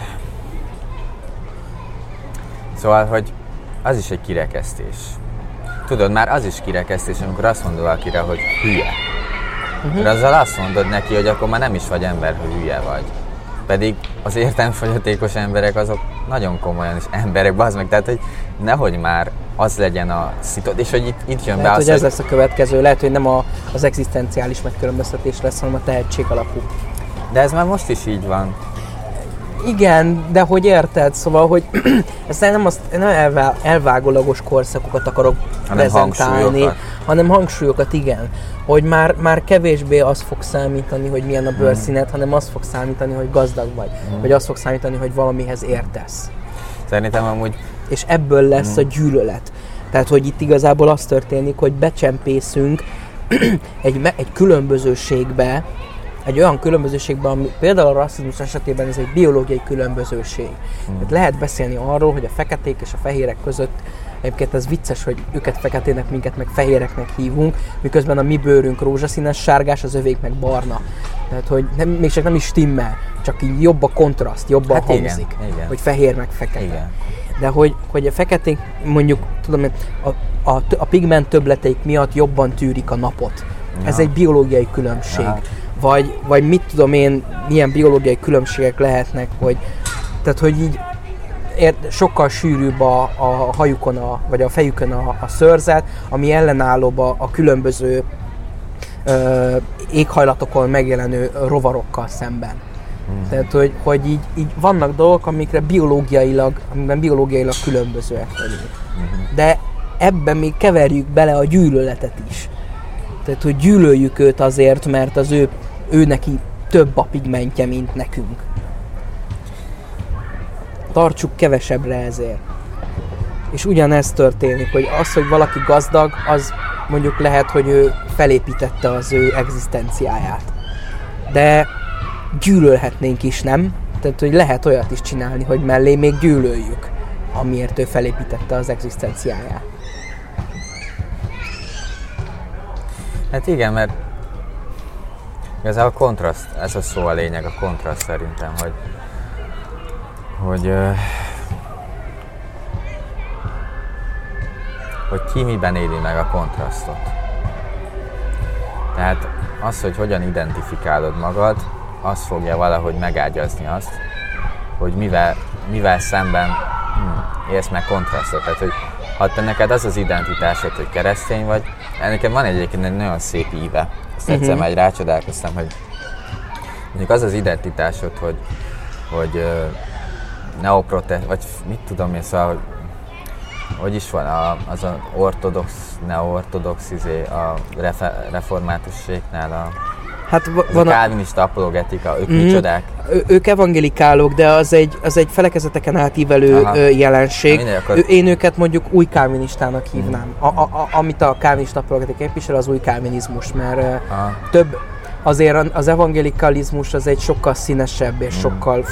Szóval, hogy az is egy kirekesztés. Tudod, már az is kirekesztés, amikor azt mondod valakire, hogy hülye. Mert azzal azt mondod neki, hogy akkor már nem is vagy ember, hogy hülye vagy. Pedig az értelmfogyatékos emberek azok nagyon komolyan is emberek, bazd meg, tehát hogy nehogy már az legyen a szitod, és hogy itt jön lehet, be az, hogy ez lesz a következő, lehet, hogy nem az egzisztenciális megkülönböztetés lesz, hanem a tehetség alapú. De ez már most is így van. Igen, de hogy érted, szóval, hogy ezt nem elvágólagos korszakokat akarok prezentálni, hanem hangsúlyokat, igen. Hogy már kevésbé az fog számítani, hogy milyen a bőrszíned, hanem az fog számítani, hogy gazdag vagy. Vagy az fog számítani, hogy valamihez értesz. Szerintem amúgy... És ebből lesz a gyűlölet. Tehát, hogy itt igazából az történik, hogy becsempészünk egy különbözőségbe, egy olyan különbözőségben, ami például a rasszizmus esetében ez egy biológiai különbözőség. Tehát lehet beszélni arról, hogy a feketék és a fehérek között, egyébként ez vicces, hogy őket feketének, minket meg fehéreknek hívunk, miközben a mi bőrünk rózsaszínes, sárgás, az övék meg barna. Tehát, hogy még csak nem is stimmel, csak így jobb a kontraszt, jobban hangzik, igen. Hogy fehér meg fekete. Igen. De hogy a feketék mondjuk, tudom én, a pigment többleteik miatt jobban tűrik a napot. Ja. Ez egy biológiai különbség. Ja. Vagy mit tudom én, milyen biológiai különbségek lehetnek, tehát hogy így sokkal sűrűbb a hajukon, vagy a fejükön a szőrzet, ami ellenállóbb a különböző éghajlatokon megjelenő rovarokkal szemben. Tehát, hogy így vannak dolgok, amiben biológiailag különbözőek vagyunk. De ebben még keverjük bele a gyűlöletet is. Tehát, hogy gyűlöljük őt azért, mert az ő neki több a pigmentje, mint nekünk. Tartsuk kevesebbre ezért. És ugyanez történik, hogy az, hogy valaki gazdag, az mondjuk lehet, hogy ő felépítette az ő egzisztenciáját. De gyűlölhetnénk is, nem? Tehát, hogy lehet olyat is csinálni, hogy mellé még gyűlöljük, amiért ő felépítette az egzisztenciáját. Hát igen, mert igazából a kontraszt, ez a szó a lényeg, a kontraszt szerintem, hogy ki miben éli meg a kontrasztot. Tehát az, hogy hogyan identifikálod magad, az fogja valahogy megágyazni azt, hogy mivel szemben élsz meg kontrasztot. Tehát, hogy ha te neked az az identitásod, hogy keresztény vagy, nekem van egyébként egy nagyon szép íve. Ezt egyszer már rácsodálkoztam, hogy mondjuk az az identitásod, hogy neoprotest, vagy mit tudom én, szóval, hogy is van az a ortodox, neoortodox a reformátusségnál Hát van a kálvinista apologetika, ők micsodák? Ők evangelikálok, de az egy felekezeteken átívelő jelenség. Én őket mondjuk új kálvinistának hívnám. Amit a kálvinista apologetika képvisel, az új kálvinizmus, mert több, azért az evangelikalizmus az egy sokkal színesebb és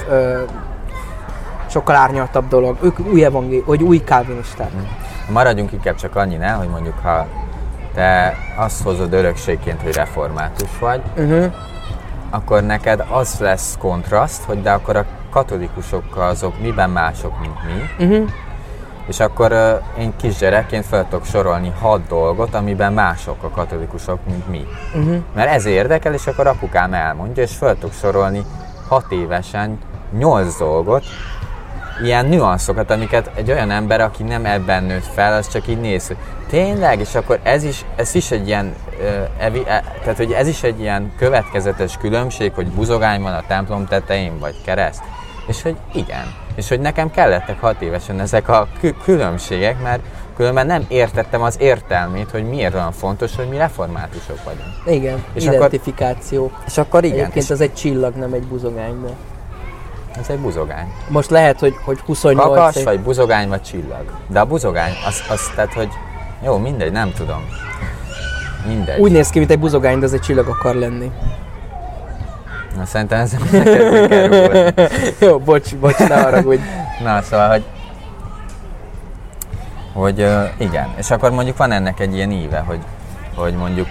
sokkal árnyaltabb dolog. Ők új kálvinisták. Maradjunk inkább csak annyinál, hogy mondjuk ha te azt hozod örökségként, hogy református vagy, akkor neked az lesz kontraszt, hogy de akkor a katolikusokkal azok miben mások, mint mi. És akkor én kisgyerekként fel tudok sorolni 6 dolgot, amiben mások a katolikusok, mint mi. Mert ez érdekel, és akkor apukám elmondja, és fel tudok sorolni 6 évesen 8 dolgot, ilyen nüanszokat, amiket egy olyan ember, aki nem ebben nőtt fel, az csak így néz, hogy tényleg, és akkor ez is egy ilyen, tehát hogy ez is egy ilyen következetes különbség, hogy buzogány van a templom tetején, vagy kereszt. És hogy igen. És hogy nekem kellettek 6 évesen ezek a különbségek, mert különben nem értettem az értelmét, hogy miért olyan fontos, hogy mi reformátusok vagyunk. Igen, és identifikáció. És akkor igen. Egyébként ez egy csillag, nem egy buzogány, de... Ez egy buzogány. Most lehet, hogy 28... Kakas, vagy buzogány, vagy csillag. De a buzogány, az tehát, hogy jó, mindegy, nem tudom. Mindegy. Úgy néz ki, mint egy buzogány, de ez egy csillag akar lenni. Na, szerintem ez neked kerül. Jó, bocs, ne haragudj. Na, szóval, hogy igen. És akkor mondjuk van ennek egy ilyen íve, hogy mondjuk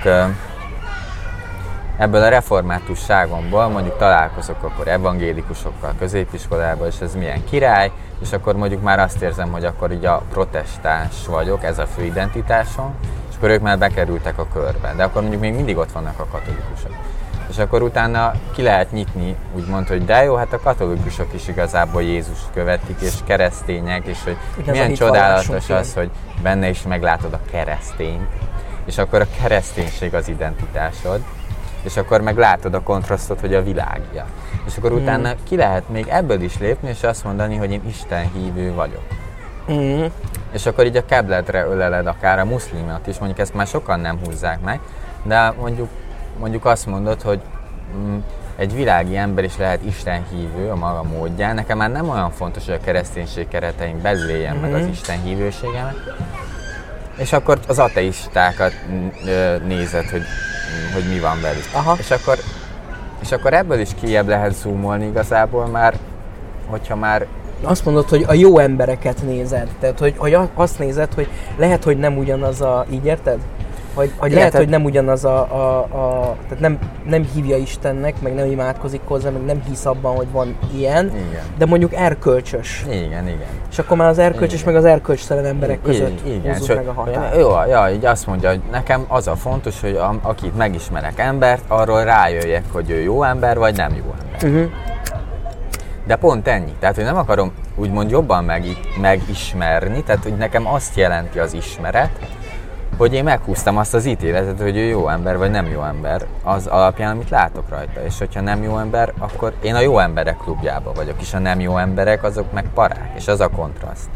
ebből a reformátusságomból mondjuk találkozok akkor evangélikusokkal középiskolában, és ez milyen király, és akkor mondjuk már azt érzem, hogy akkor így a protestáns vagyok, ez a fő identitásom, és akkor ők már bekerültek a körbe. De akkor mondjuk még mindig ott vannak a katolikusok. És akkor utána ki lehet nyitni, úgymond, hogy de jó, hát a katolikusok is igazából Jézus követik, és keresztények, és hogy milyen csodálatos az, hogy benne is meglátod a keresztényt, és akkor a kereszténység az identitásod, és akkor meg látod a kontrasztot, hogy a világja. És akkor utána ki lehet még ebből is lépni, és azt mondani, hogy én Isten hívő vagyok. És akkor így a kebledre öleled akár a muszlimot is, mondjuk ezt már sokan nem húzzák meg, de mondjuk azt mondod, hogy egy világi ember is lehet Isten hívő a maga módján. Nekem már nem olyan fontos, hogy a kereszténység keretein belül éljen meg az Isten hívőségemet. És akkor az ateistákat nézed, hogy mi van velük. És akkor ebből is kijebb lehet zoomolni igazából már, hogyha már... Azt mondod, hogy a jó embereket nézed, tehát hogy azt nézed, hogy lehet, hogy nem ugyanaz a... Így érted? Hogy lehet, hogy nem ugyanaz tehát nem hívja Istennek, meg nem imádkozik hozzá, meg nem hisz abban, hogy van ilyen, igen. De mondjuk erkölcsös. Igen. És akkor már az erkölcsös, meg az erkölcstelen emberek között húzzuk meg a határt. Jó, így azt mondja, hogy nekem az a fontos, hogy akit megismerek embert, arról rájöjjek, hogy ő jó ember, vagy nem jó ember. De pont ennyi. Tehát, hogy nem akarom úgymond jobban megismerni, tehát, hogy nekem azt jelenti az ismeret, hogy én meghúztam azt az ítéletet, hogy ő jó ember, vagy nem jó ember, az alapján, amit látok rajta. És hogyha nem jó ember, akkor én a jó emberek klubjában vagyok, és a nem jó emberek, azok meg parák, és az a kontraszt.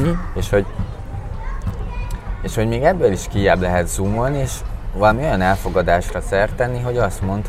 És hogy még ebből is kijebb lehet zoomolni, és valami olyan elfogadásra szert tenni, hogy azt mondd,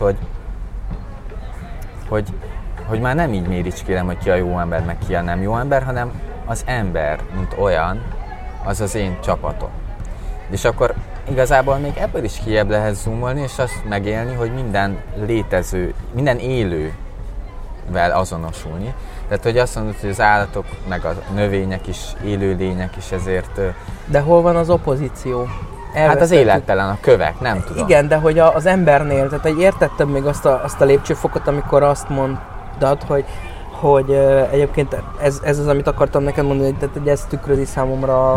hogy már nem így méricskélem, hogy ki a jó ember, meg ki a nem jó ember, hanem az ember, mint olyan, az az én csapatom. És akkor igazából még ebből is kijebb lehet zoomolni, és azt megélni, hogy minden létező, minden élő vel azonosulni. Tehát, hogy azt mondod, hogy az állatok, meg a növények is, élőlények is ezért... De hol van az opozíció? Hát az élettelen, a kövek, nem tudom. Igen, de hogy az embernél, tehát hogy értettem még azt a lépcsőfokot, amikor azt mondtad, hogy egyébként ez az, amit akartam neked mondani, tehát hogy ez tükrözi számomra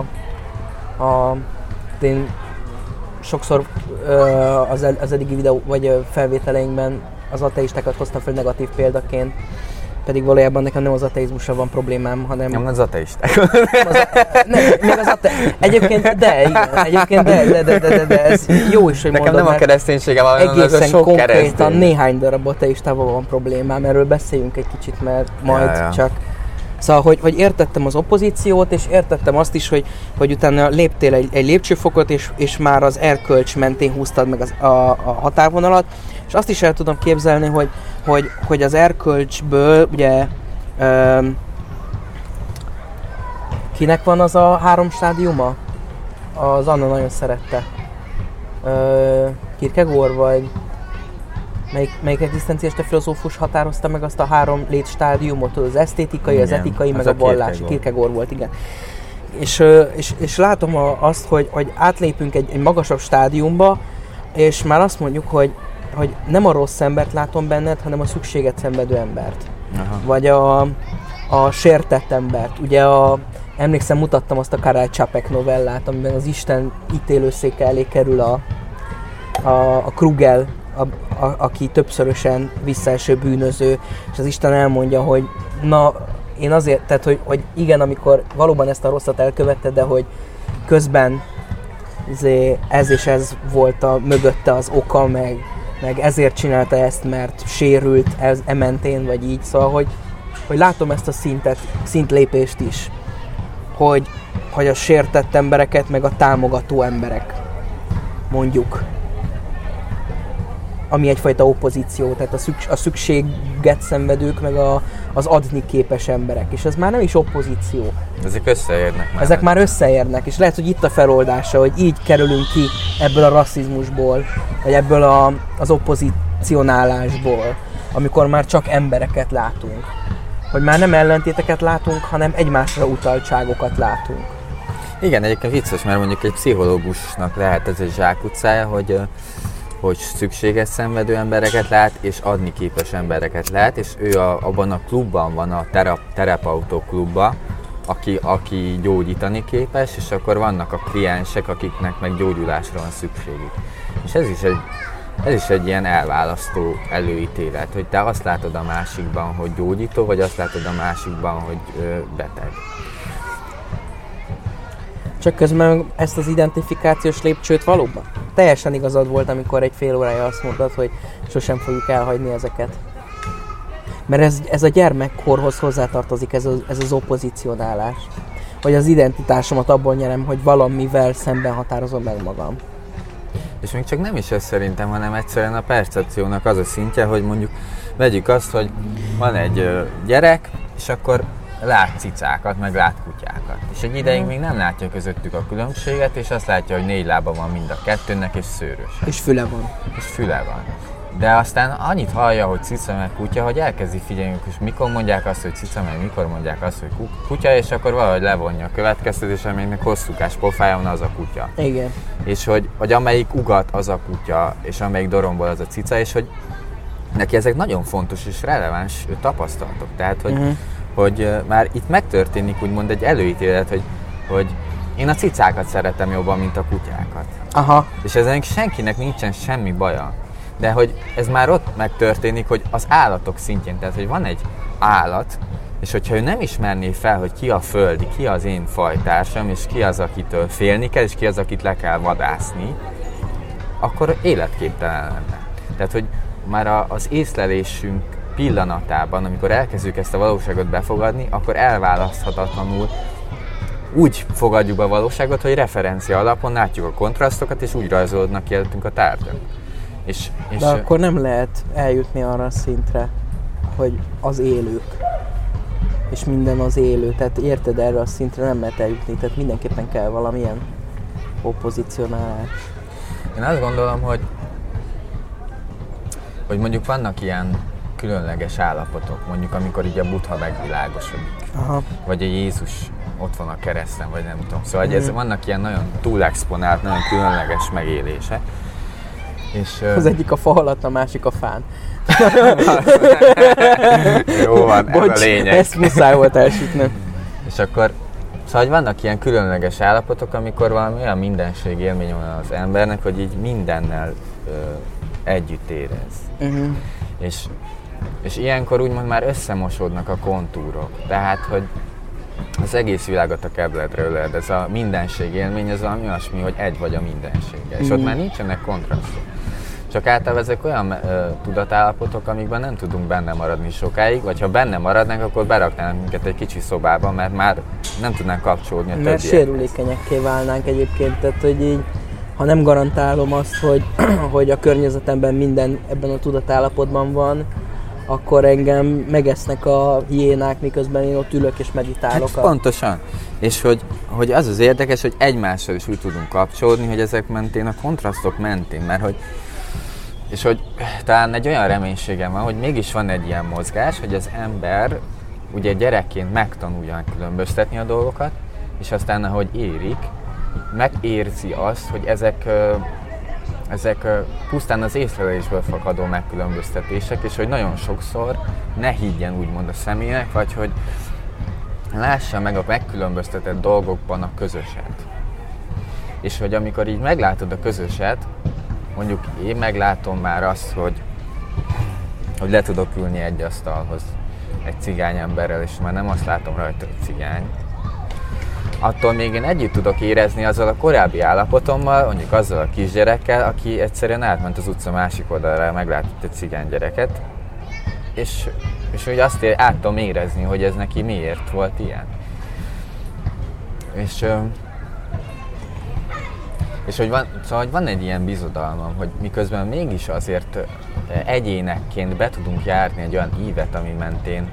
én sokszor az eddigi videó vagy felvételeinkben az ateistákat hoztam fel negatív példaként, pedig valójában nekem nem az ateizmussal van problémám, hanem... Nem az ateisták. Egyébként de ez jó is, hogy nekem mondod, nem a kereszténysége van, hanem ez a sok konkrétan keresztény. Néhány darab ateistával van problémám, erről beszéljünk egy kicsit, mert majd csak... Szóval, hogy értettem az opozíciót, és értettem azt is, hogy utána léptél egy lépcsőfokot, és már az erkölcs mentén húztad meg a határvonalat, és azt is el tudom képzelni, hogy az erkölcsből, ugye, kinek van az a 3 stádiuma? Az Anna nagyon szerette. Kierkegaard vagy... Melyik egzisztenciás filozófus határozta meg azt a 3 létstádiumot, az esztétikai, igen, az etikai, meg a vallási. Kierkegaard volt, igen. És látom azt, hogy átlépünk egy magasabb stádiumba, és már azt mondjuk, hogy nem a rossz embert látom benned, hanem a szükséget szenvedő embert. Aha. Vagy a sértett embert. Ugye emlékszem, mutattam azt a Karel Čapek novellát, amiben az Isten ítélőszéke elé kerül a Krugel, aki többszörösen visszaeső bűnöző, és az Isten elmondja, hogy na, én azért, tehát hogy igen, amikor valóban ezt a rosszat elkövetted, de hogy közben ez és ez volt mögötte az oka, meg ezért csinálta ezt, mert sérült mentén, vagy így, szóval, hogy látom ezt a szintlépést is, hogy a sértett embereket, meg a támogató emberek, mondjuk, ami egyfajta opozíció, tehát a szükséget szenvedők, meg az adni képes emberek, és ez már nem is opozíció. Ezek összeérnek már. Ezek már összeérnek, és lehet, hogy itt a feloldása, hogy így kerülünk ki ebből a rasszizmusból, vagy ebből az oppozicionálásból, amikor már csak embereket látunk. Hogy már nem ellentéteket látunk, hanem egymásra utaltságokat látunk. Igen, egyébként vicces, mert mondjuk egy pszichológusnak lehet ez egy zsákutcája, hogy szükséges szenvedő embereket lát, és adni képes embereket lát, és ő abban a klubban van, a terapeutó klubban, aki gyógyítani képes, és akkor vannak a kliensek, akiknek meg gyógyulásra van szükségük. És ez is egy ilyen elválasztó előítélet, hogy te azt látod a másikban, hogy gyógyító, vagy azt látod a másikban, hogy beteg. Csak közben ezt az identifikációs lépcsőt valóban teljesen igazad volt, amikor egy fél órája azt mondtad, hogy sosem fogjuk elhagyni ezeket. Mert ez a gyermekkorhoz hozzátartozik, ez az oppozicionálás. Hogy az identitásomat abból nyerem, hogy valamivel szemben határozom meg magam. És még csak nem is ez szerintem, hanem egyszerűen a percepciónak az a szintje, hogy mondjuk vegyük azt, hogy van egy gyerek, és akkor lát cicákat, meg lát kutyákat. És egy ideig még nem látja közöttük a különbséget, és azt látja, hogy 4 lába van mind a kettőnek, és szőrös. És füle van. És füle van. De aztán annyit hallja, hogy cica meg kutya, hogy elkezdi figyelni, és mikor mondják azt, hogy cica, meg mikor mondják azt, hogy kutya, és akkor valahogy levonja a következtetés, amelynek hosszúkás pofája van, az a kutya. Igen. És hogy amelyik ugat, az a kutya, és amelyik dorombol, az a cica, és hogy neki ezek nagyon fontos és releváns tapasztalatok. Tehát, hogy már itt megtörténik úgymond egy előítélet, hogy én a cicákat szeretem jobban, mint a kutyákat. Aha. És ezzel senkinek nincsen semmi baja. De hogy ez már ott megtörténik, hogy az állatok szintjén, tehát hogy van egy állat, és hogyha ő nem ismerné fel, hogy ki a földi, ki az én fajtársam, és ki az, akitől félni kell, és ki az, akit le kell vadászni, akkor életképtelen lenne. Tehát, hogy már az észlelésünk pillanatában, amikor elkezdjük ezt a valóságot befogadni, akkor elválaszthatatlanul úgy fogadjuk be a valóságot, hogy referencia alapon látjuk a kontrasztokat, és úgy rajzolódnak ki előttünk a tárgyak. De akkor nem lehet eljutni arra a szintre, hogy az élők, és minden az élő, tehát érted, erre a szintre nem lehet eljutni, tehát mindenképpen kell valamilyen oppozicionálás. Én azt gondolom, hogy mondjuk vannak ilyen különleges állapotok, mondjuk amikor így a Buddha megvilágosodik, vagy a Jézus ott van a kereszten, vagy nem tudom. Szóval ez vannak ilyen nagyon túlexponált, nagyon különleges megélése. És, az egyik a fa alatt, a másik a fán. Jó van, ez a lényeg. Ezt muszáj volt elsütni. És akkor, szóval vannak ilyen különleges állapotok, amikor valami olyan mindenség élmény van az embernek, hogy így mindennel együtt érez. És ilyenkor úgymond már összemosódnak a kontúrok. Tehát, hogy az egész világot a kebledre öled, ez a mindenség élmény, ez valami olyasmi, hogy egy vagy a mindenséggel. És ott már nincsenek kontrasztok. Csak általában ezek olyan tudatállapotok, amikben nem tudunk benne maradni sokáig, vagy ha benne maradnánk, akkor beraknánk minket egy kicsi szobába, mert már nem tudnánk kapcsolódni a többiekhez. Mert sérülékenyekké válnánk egyébként, tehát hogy így, ha nem garantálom azt, hogy a környezetemben minden ebben a tudatállapotban van, akkor engem megesznek a hiénák, miközben én ott ülök és meditálok. Hát pontosan. És hogy az az érdekes, hogy egymással is úgy tudunk kapcsolódni, hogy ezek mentén, a kontrasztok mentén, mert hogy és hogy talán egy olyan reménységem van, hogy mégis van egy ilyen mozgás, hogy az ember ugye gyerekként megtanulja különböztetni a dolgokat, és aztán ahogy érik, megérzi azt, hogy ezek pusztán az észlelésből fakadó megkülönböztetések, és hogy nagyon sokszor ne higgyen úgymond a személynek, vagy hogy lássa meg a megkülönböztetett dolgokban a közöset. És hogy amikor így meglátod a közöset, mondjuk én meglátom már azt, hogy le tudok ülni egy asztalhoz egy cigány emberrel, és már nem azt látom rajta, hogy cigány. Attól még én együtt tudok érezni azzal a korábbi állapotommal, mondjuk azzal a kisgyerekkel, aki egyszerűen átment az utca másik oldalára, meglátott egy cigány gyereket, és hogy azt át tudom érezni, hogy ez neki miért volt ilyen. És hogy van egy ilyen bizodalmam, hogy miközben mégis azért egyénekként be tudunk járni egy olyan ívet, ami mentén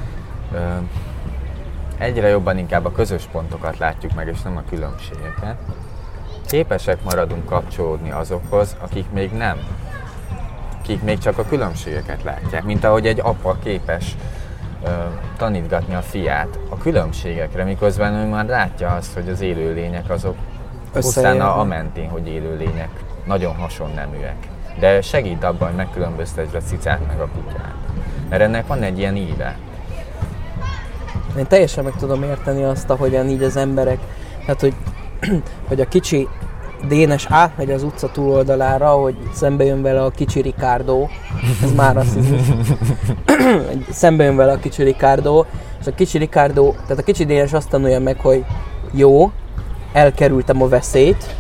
egyre jobban inkább a közös pontokat látjuk meg, és nem a különbségeket. Képesek maradunk kapcsolódni azokhoz, akik még nem. Akik még csak a különbségeket látják. Mint ahogy egy apa képes tanítgatni a fiát a különbségekre, miközben ő már látja azt, hogy az élőlények azok pusztán a mentén, hogy élőlények, nagyon hasonneműek. De segít abban, hogy megkülönböztesd a cicát meg a kutyát. Mert ennek van egy ilyen íve. Én teljesen meg tudom érteni azt, ahogyan így az emberek, tehát hogy a kicsi Dénes átmegy az utca túloldalára, hogy szembe jön vele a kicsi Ricardo, ez már rasszizmus, szembe jön vele a kicsi Ricardo, és a kicsi Ricardo, tehát a kicsi Dénes azt tanulja meg, hogy jó, elkerültem a veszélyt,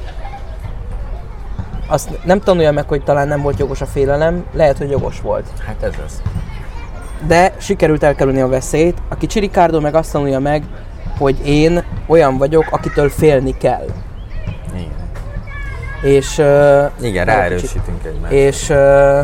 azt nem tanulja meg, hogy talán nem volt jogos a félelem, lehet, hogy jogos volt. Hát ez az. De sikerült elkerülni a veszélyt, a kicsi Ricardo meg azt tanulja meg, hogy én olyan vagyok, akitől félni kell. Igen. És... igen, ráerősítünk egymást.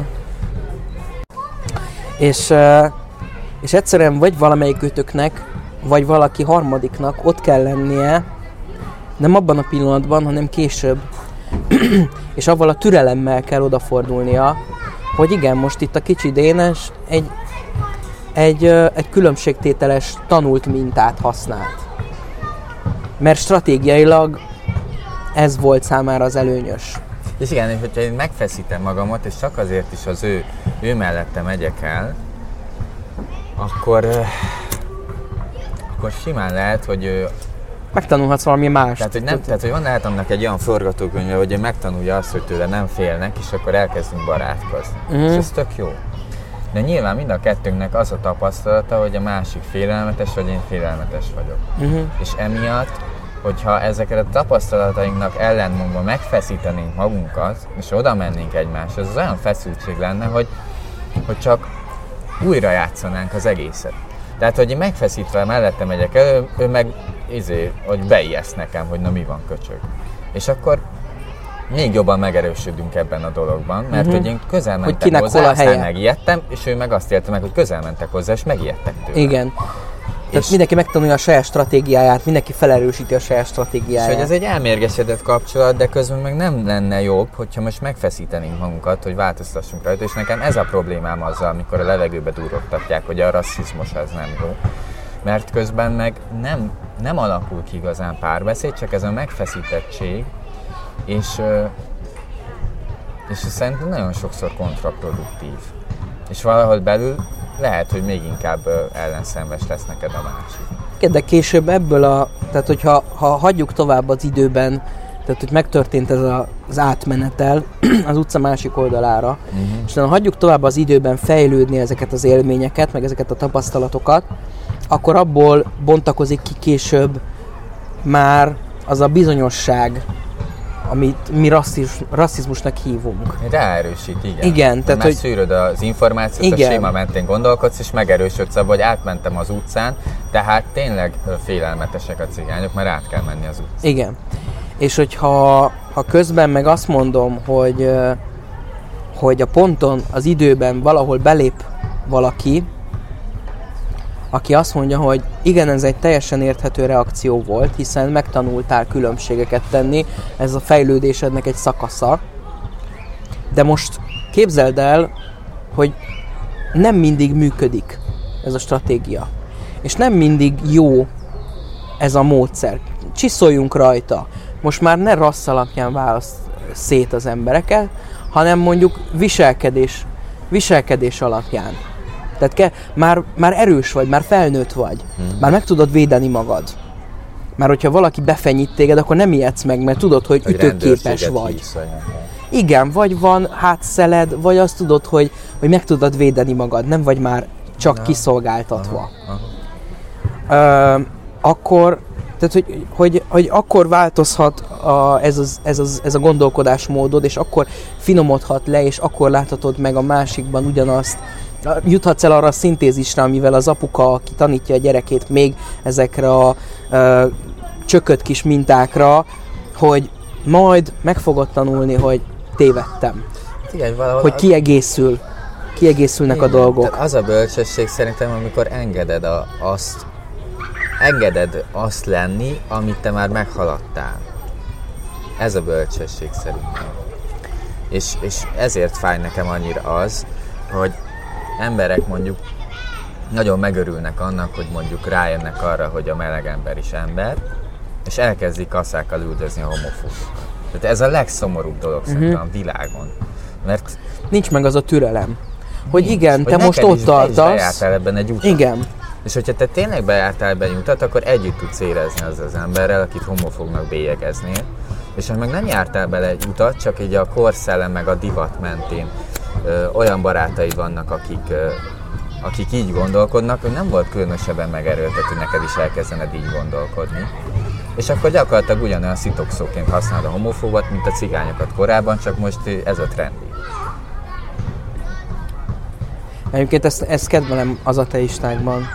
És egyszerűen vagy valamelyikőtöknek, vagy valaki harmadiknak ott kell lennie, nem abban a pillanatban, hanem később. És avval a türelemmel kell odafordulnia, hogy igen, most itt a kicsi Dénes egy különbségtételes tanult mintát használt. Mert stratégiailag ez volt számára az előnyös. És igen, hogyha én megfeszítem magamat, és csak azért is az ő mellette megyek el, akkor simán lehet, hogy megtanulhatsz valami mást. Tehát, hogy van lehet annak egy olyan forgatókönyve, hogy ő megtanulja azt, hogy tőle nem félnek, és akkor elkezdünk barátkozni. És ez tök jó. De nyilván mind a kettőnknek az a tapasztalata, hogy a másik félelmetes, vagy én félelmetes vagyok. És emiatt, hogyha ezeket a tapasztalatainknak ellentmondva megfeszítenénk magunkat, és oda mennénk egymáshoz, az olyan feszültség lenne, hogy csak újra játszanánk az egészet. Tehát, hogy én megfeszítve mellette megyek elő, ő meg hogy beijeszt nekem, hogy na mi van, köcsög. És akkor még jobban megerősödünk ebben a dologban, mert hogy én közel mentem hozzá, aztán megijedtem, és ő meg azt élte meg, hogy közel mentek hozzá, és megijedtek tőle. Igen. Tehát mindenki megtanulja a saját stratégiáját, mindenki felerősíti a saját stratégiáját. És hogy ez egy elmérgesedett kapcsolat, de közben meg nem lenne jobb, hogyha most megfeszítenénk magunkat, hogy változtassunk rajta, és nekem ez a problémám azzal, amikor a levegőbe durrogtatják, hogy a rasszizmus az nem jó. Mert közben meg nem alakul ki igazán párbeszéd, csak ez a megfeszítettség, és szerintem nagyon sokszor kontraproduktív. És valahol belül lehet, hogy még inkább ellenszenves lesz neked a másik. De később ebből tehát hogyha hagyjuk tovább az időben, tehát hogy megtörtént ez az átmenetel az utca másik oldalára, és ha hagyjuk tovább az időben fejlődni ezeket az élményeket, meg ezeket a tapasztalatokat, akkor abból bontakozik ki később már az a bizonyosság, amit mi rasszizmusnak hívunk. Ráerősít, igen. Igen, tehát hogy szűröd az információt, igen. A séma mentén gondolkodsz, és megerősödsz abba, hogy átmentem az utcán, tehát tényleg félelmetesek a cigányok, mert át kell menni az utcán. Igen. És hogyha közben meg azt mondom, hogy a ponton, az időben valahol belép valaki, aki azt mondja, hogy igen, ez egy teljesen érthető reakció volt, hiszen megtanultál különbségeket tenni, ez a fejlődésednek egy szakasza. De most képzeld el, hogy nem mindig működik ez a stratégia. És nem mindig jó ez a módszer. Csiszoljunk rajta. Most már ne rassz alapján választ szét az embereket, hanem mondjuk viselkedés alapján. Tehát már erős vagy, már felnőtt vagy, már meg tudod védeni magad. Már hogyha valaki befenyít téged, akkor nem ijedsz meg, mert tudod, hogy ütőképes vagy. Igen, vagy van hátszeled, vagy azt tudod, hogy meg tudod védeni magad, nem vagy már csak kiszolgáltatva. Akkor, tehát, hogy akkor változhat ez a gondolkodásmódod, és akkor finomodhat le, és akkor láthatod meg a másikban ugyanazt, juthatsz el arra a szintézisre, amivel az apuka, aki tanítja a gyerekét még ezekre a csökött kis mintákra, hogy majd meg fogod tanulni, hogy tévedtem. Igen, hogy kiegészülnek a dolgok. Az a bölcsesség szerintem, amikor engeded azt lenni, amit te már meghaladtál. Ez a bölcsesség szerintem. És ezért fáj nekem annyira az, hogy emberek mondjuk nagyon megörülnek annak, hogy mondjuk rájönnek arra, hogy a meleg ember is ember, és elkezdik kasszákkal üldözni a homofóbokat. Tehát ez a legszomorúbb dolog szerintem a világon. Mert nincs meg az a türelem. Hogy igen, te most ott tartasz. Te is bejártál ebben egy utat. Igen. És hogyha te tényleg bejártál ebben egy utat, akkor együtt tudsz érezni az emberrel, akit homofóbnak bélyegeznél. És ha meg nem jártál bele egy utat, csak így a korszellem meg a divat mentén olyan barátaid vannak, akik így gondolkodnak, hogy nem volt különösebben megerőltető neked is elkezdened így gondolkodni. És akkor gyakorlatilag ugyanolyan szitokszóként használod a homofóbot, mint a cigányokat korábban, csak most ez a trendi. Egyébként ezt kedvelem az ateistákban,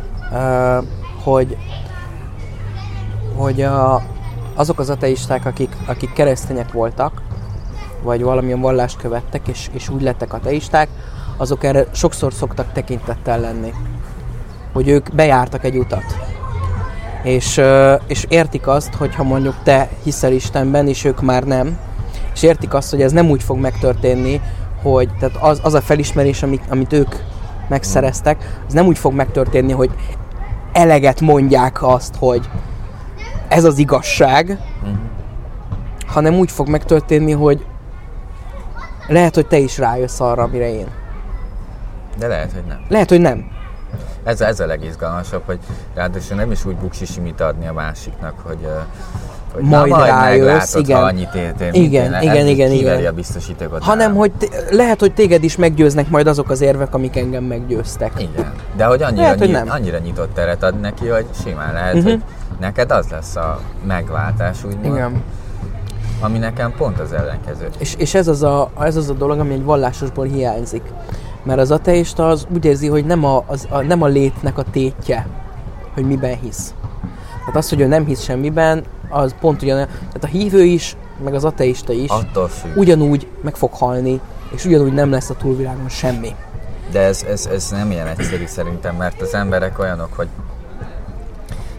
hogy azok az ateisták, akik keresztények voltak, vagy valamilyen vallást követtek, és úgy lettek ateisták, azok erre sokszor szoktak tekintettel lenni. Hogy ők bejártak egy utat. És értik azt, hogyha mondjuk te hiszel Istenben, és ők már nem. És értik azt, hogy ez nem úgy fog megtörténni, hogy tehát az a felismerés, amit ők megszereztek, az nem úgy fog megtörténni, hogy eleget mondják azt, hogy ez az igazság, hanem úgy fog megtörténni, hogy lehet, hogy te is rájössz arra, amire én. De lehet, hogy nem. Lehet, hogy nem. Ez a legizgalmasabb, hogy ráadásul nem is úgy buksisimit adni a másiknak, hogy majd rájössz, igen. Ha annyit értél, igen. a biztosítékot. Hanem, hogy lehet, hogy téged is meggyőznek majd azok az érvek, amik engem meggyőztek. Igen, de hogy annyira nyitott teret ad neki, hogy simán lehet, hogy neked az lesz a megváltás, úgymond. Igen. Ami nekem pont az ellenkező. És ez az a dolog, ami egy vallásosból hiányzik. Mert az ateista az úgy érzi, hogy nem a létnek a tétje, hogy miben hisz. Tehát az, hogy ő nem hisz semmiben, az pont ugyanolyan. Tehát a hívő is, meg az ateista is ugyanúgy meg fog halni, és ugyanúgy nem lesz a túlvilágon semmi. De ez nem ilyen egyszerű szerintem, mert az emberek olyanok, hogy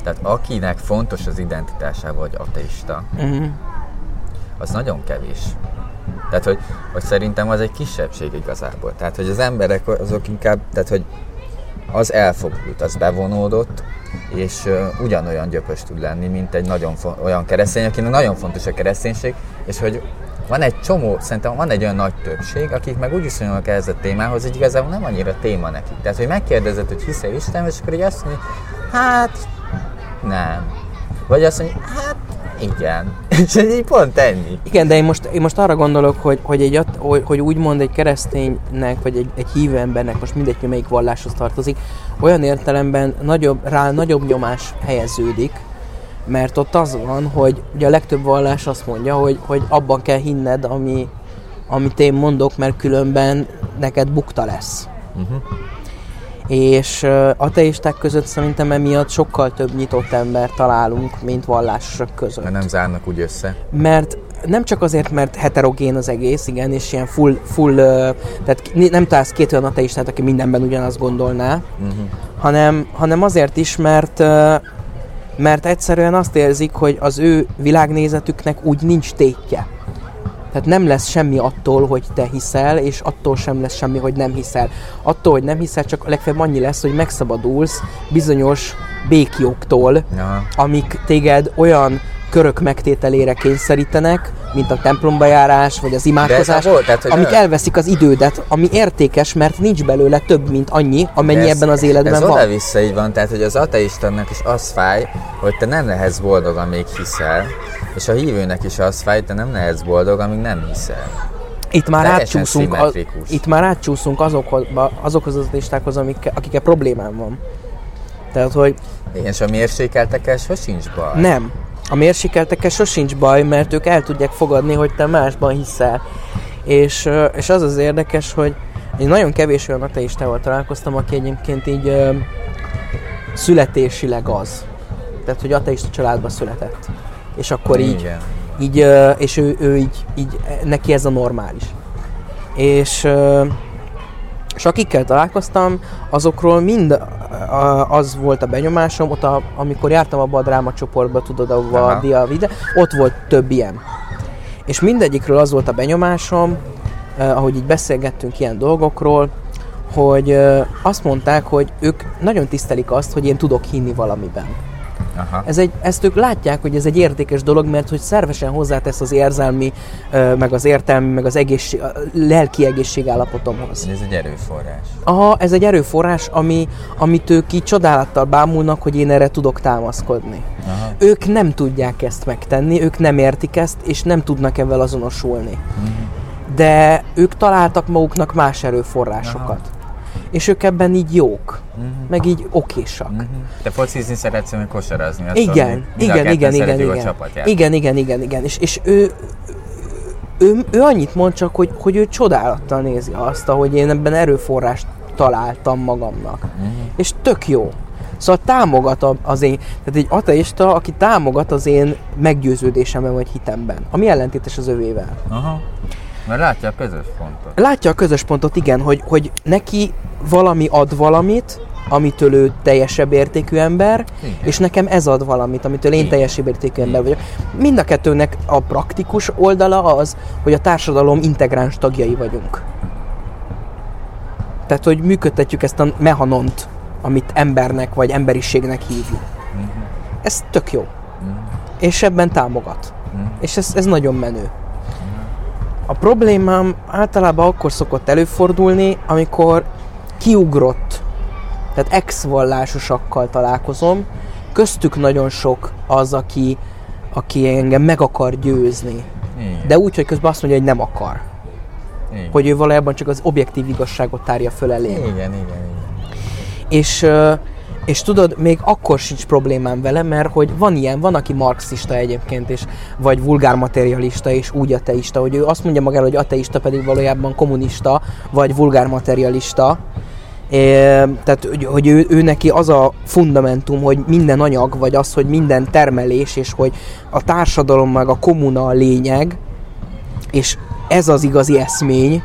Tehát akinek fontos az identitásával, hogy ateista, az nagyon kevés. Tehát, hogy szerintem az egy kisebbség igazából. Tehát, hogy az emberek azok inkább, tehát, hogy az elfogult, az bevonódott, és ugyanolyan gyöpös tud lenni, mint egy olyan keresztény, akinek nagyon fontos a kereszténység, és hogy van egy csomó, szerintem van egy olyan nagy többség, akik meg úgy viszonyulnak ehhez a témához, hogy igazából nem annyira téma nekik. Tehát, hogy megkérdezed, hogy hiszel Istenben, és akkor így azt mondja, hát nem. Vagy azt mondja, hát igen. És így pont ennyi. Igen, de én most arra gondolok, hogy úgymond egy kereszténynek, vagy egy hívő embernek, most mindegy, hogy melyik valláshoz tartozik, olyan értelemben nagyobb nyomás helyeződik, mert ott az van, hogy ugye a legtöbb vallás azt mondja, hogy abban kell hinned, amit én mondok, mert különben neked bukta lesz. És ateisták között szerintem emiatt sokkal több nyitott ember találunk, mint vallások között. Mert nem zárnak úgy össze. Mert nem csak azért, mert heterogén az egész, igen, és ilyen full tehát nem találsz két olyan ateistát, aki mindenben ugyanazt gondolná, hanem azért is, mert egyszerűen azt érzik, hogy az ő világnézetüknek úgy nincs tétje. Tehát nem lesz semmi attól, hogy te hiszel, és attól sem lesz semmi, hogy nem hiszel. Attól, hogy nem hiszel, csak legfeljebb annyi lesz, hogy megszabadulsz bizonyos békjogtól, amik téged olyan körök megtételére kényszerítenek, mint a templomba járás, vagy az imádkozás, amik elveszik az idődet, ami értékes, mert nincs belőle több, mint annyi, amennyi ebben az életben van. Ez oda-vissza így van, tehát hogy az ateistának is az fáj, hogy te nem lehetsz boldog, amíg hiszel, és a hívőnek is az fáj, te nem lehetsz boldog, amíg nem hiszel. Itt már átcsúszunk azokhoz az ateistákhoz, akikkel problémám van. Tehát, hogy... Igen, és a mérsékeltekkel sosincs baj. Nem. A mérsékeltekkel sosincs baj, mert ők el tudják fogadni, hogy te másban hiszel. És az érdekes, hogy én nagyon kevés olyan ateistával találkoztam, aki egyébként így születésileg az. Tehát, hogy ateista családba született. És akkor és ő így neki ez a normális. És akikkel találkoztam, azokról mind az volt a benyomásom, ott amikor jártam abba a drámacsoportba, tudod, ahova a Dia Vide, ott volt több ilyen. És mindegyikről az volt a benyomásom, ahogy így beszélgettünk ilyen dolgokról, hogy azt mondták, hogy ők nagyon tisztelik azt, hogy én tudok hinni valamiben. Ezt ők látják, hogy ez egy értékes dolog, mert hogy szervesen hozzátesz az érzelmi, meg az értelmi, meg az lelki egészségállapotomhoz. Ez egy erőforrás. Ez egy erőforrás, amit ők így csodálattal bámulnak, hogy én erre tudok támaszkodni. Ők nem tudják ezt megtenni, ők nem értik ezt, és nem tudnak ebben azonosulni. De ők találtak maguknak más erőforrásokat. És ők ebben így jók, meg így okésak. Te focizni szeretsz, meg kosarazni. Igen. És ő annyit mond csak, hogy ő csodálattal nézi azt, hogy én ebben erőforrást találtam magamnak. És tök jó. Szóval támogat az én, tehát egy ateista, aki támogat az én meggyőződésemben vagy hitemben, ami ellentétes az övével. Mert látja a közös pontot. Látja a közös pontot, igen, hogy neki valami ad valamit, amitől ő teljesebb értékű ember, igen. És nekem ez ad valamit, amitől én teljesebb értékű ember vagyok. Mind a kettőnek a praktikus oldala az, hogy a társadalom integráns tagjai vagyunk. Tehát, hogy működtetjük ezt a mechanont, amit embernek vagy emberiségnek hívjuk. Ez tök jó. És ebben támogat. És ez nagyon menő. A problémám általában akkor szokott előfordulni, amikor kiugrott, tehát ex-vallásosakkal találkozom, köztük nagyon sok az, aki engem meg akar győzni. Igen. De úgy, hogy közben azt mondja, hogy nem akar. Igen. Hogy ő valójában csak az objektív igazságot tárja föl elém. Igen. És tudod, még akkor sincs problémám vele, mert hogy van, aki marxista egyébként, vagy vulgármaterialista, és úgy ateista, hogy ő azt mondja magáról, hogy ateista, pedig valójában kommunista, vagy vulgármaterialista. Tehát, hogy ő neki az a fundamentum, hogy minden anyag, vagy az, hogy minden termelés, és hogy a társadalom meg a kommuna a lényeg, és ez az igazi eszmény,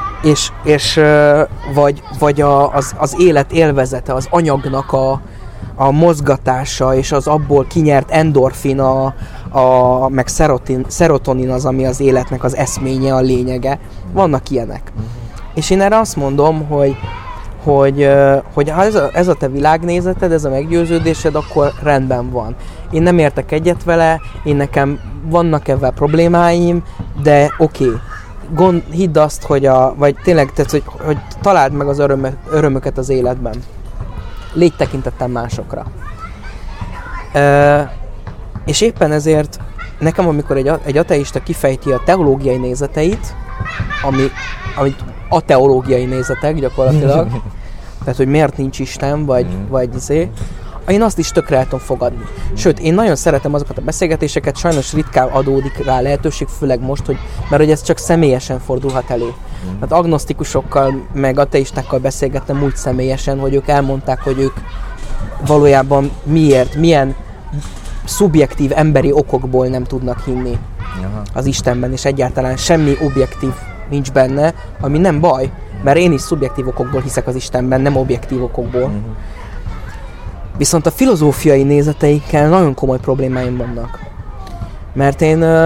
vagy az élet élvezete, az anyagnak a mozgatása és az abból kinyert endorfin, meg szerotonin az, ami az életnek az eszménye, a lényege. Vannak ilyenek. És én erre azt mondom, hogy ha ez a te világnézeted, ez a meggyőződésed, akkor rendben van. Én nem értek egyet vele, nekem vannak ebben problémáim, de oké. Hidd azt, vagy tényleg tetsz, hogy találd meg az örömöket az életben. Légy tekintettel másokra. És éppen ezért nekem, amikor egy ateista kifejti a teológiai nézeteit, amit ateológiai nézetek gyakorlatilag, tehát, hogy miért nincs Isten, vagy én azt is tökre el tudom fogadni. Sőt, én nagyon szeretem azokat a beszélgetéseket, sajnos ritkán adódik rá lehetőség, főleg most, mert hogy ez csak személyesen fordulhat elő. Hát agnosztikusokkal, meg ateistákkal beszélgettem úgy személyesen, hogy ők elmondták, hogy ők valójában milyen szubjektív emberi okokból nem tudnak hinni az Istenben, és egyáltalán semmi objektív nincs benne, ami nem baj, mert én is szubjektív okokból hiszek az Istenben, nem objektív okokból. Viszont a filozófiai nézeteikkel nagyon komoly problémáim vannak. Mert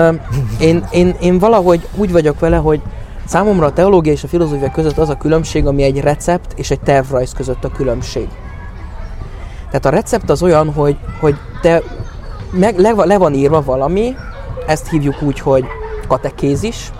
én valahogy úgy vagyok vele, hogy számomra a teológia és a filozófia között az a különbség, ami egy recept és egy tervrajz között a különbség. Tehát a recept az olyan, hogy te le van írva valami, ezt hívjuk úgy, hogy katekézis,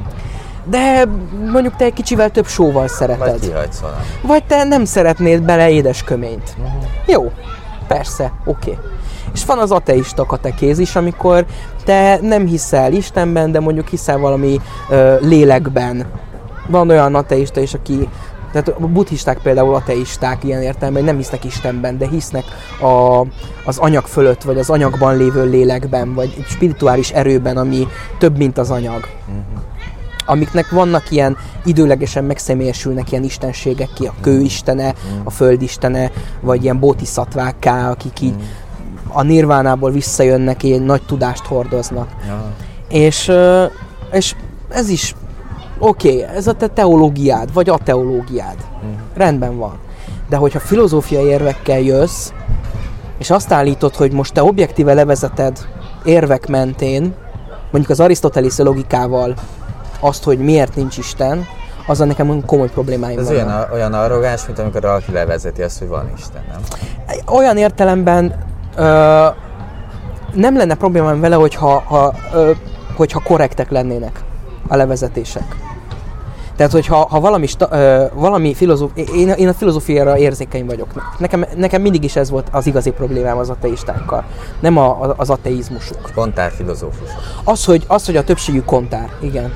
de mondjuk te egy kicsivel több sóval szereted. Vagy kihagysz valamit. Vagy te nem szeretnéd bele édesköményt. Jó, persze, oké. És van az ateista katekézis, amikor te nem hiszel Istenben, de mondjuk hiszel valami lélekben. Van olyan ateista is, tehát a buddhisták például ateisták ilyen értelemben, hogy nem hisznek Istenben, de hisznek az anyag fölött, vagy az anyagban lévő lélekben, vagy egy spirituális erőben, ami több, mint az anyag. Amiknek vannak ilyen, időlegesen megszemélyesülnek ilyen istenségek ki, a kőistene, a földistene, vagy ilyen bodhisattvákká, akik így a nirvánából visszajönnek, ilyen nagy tudást hordoznak. És ez is oké, ez a te teológiád, vagy a teológiád. Rendben van. De hogyha filozófiai érvekkel jössz, és azt állítod, hogy most te objektíve levezeted érvek mentén, mondjuk az arisztotelészi logikával, azt, hogy miért nincs Isten, azzal nekem komoly problémáim vannak. Ez olyan arrogáns, mint amikor valaki levezeti azt, hogy van Isten, nem? Olyan értelemben nem lenne problémám vele, hogyha korrektek lennének a levezetések. Tehát, hogyha valami én a filozófiára érzékeny vagyok. Nekem mindig is ez volt az igazi problémám az ateistákkal. Nem az ateizmusuk. Kontár filozófusok. Az, hogy a többségük kontár, igen.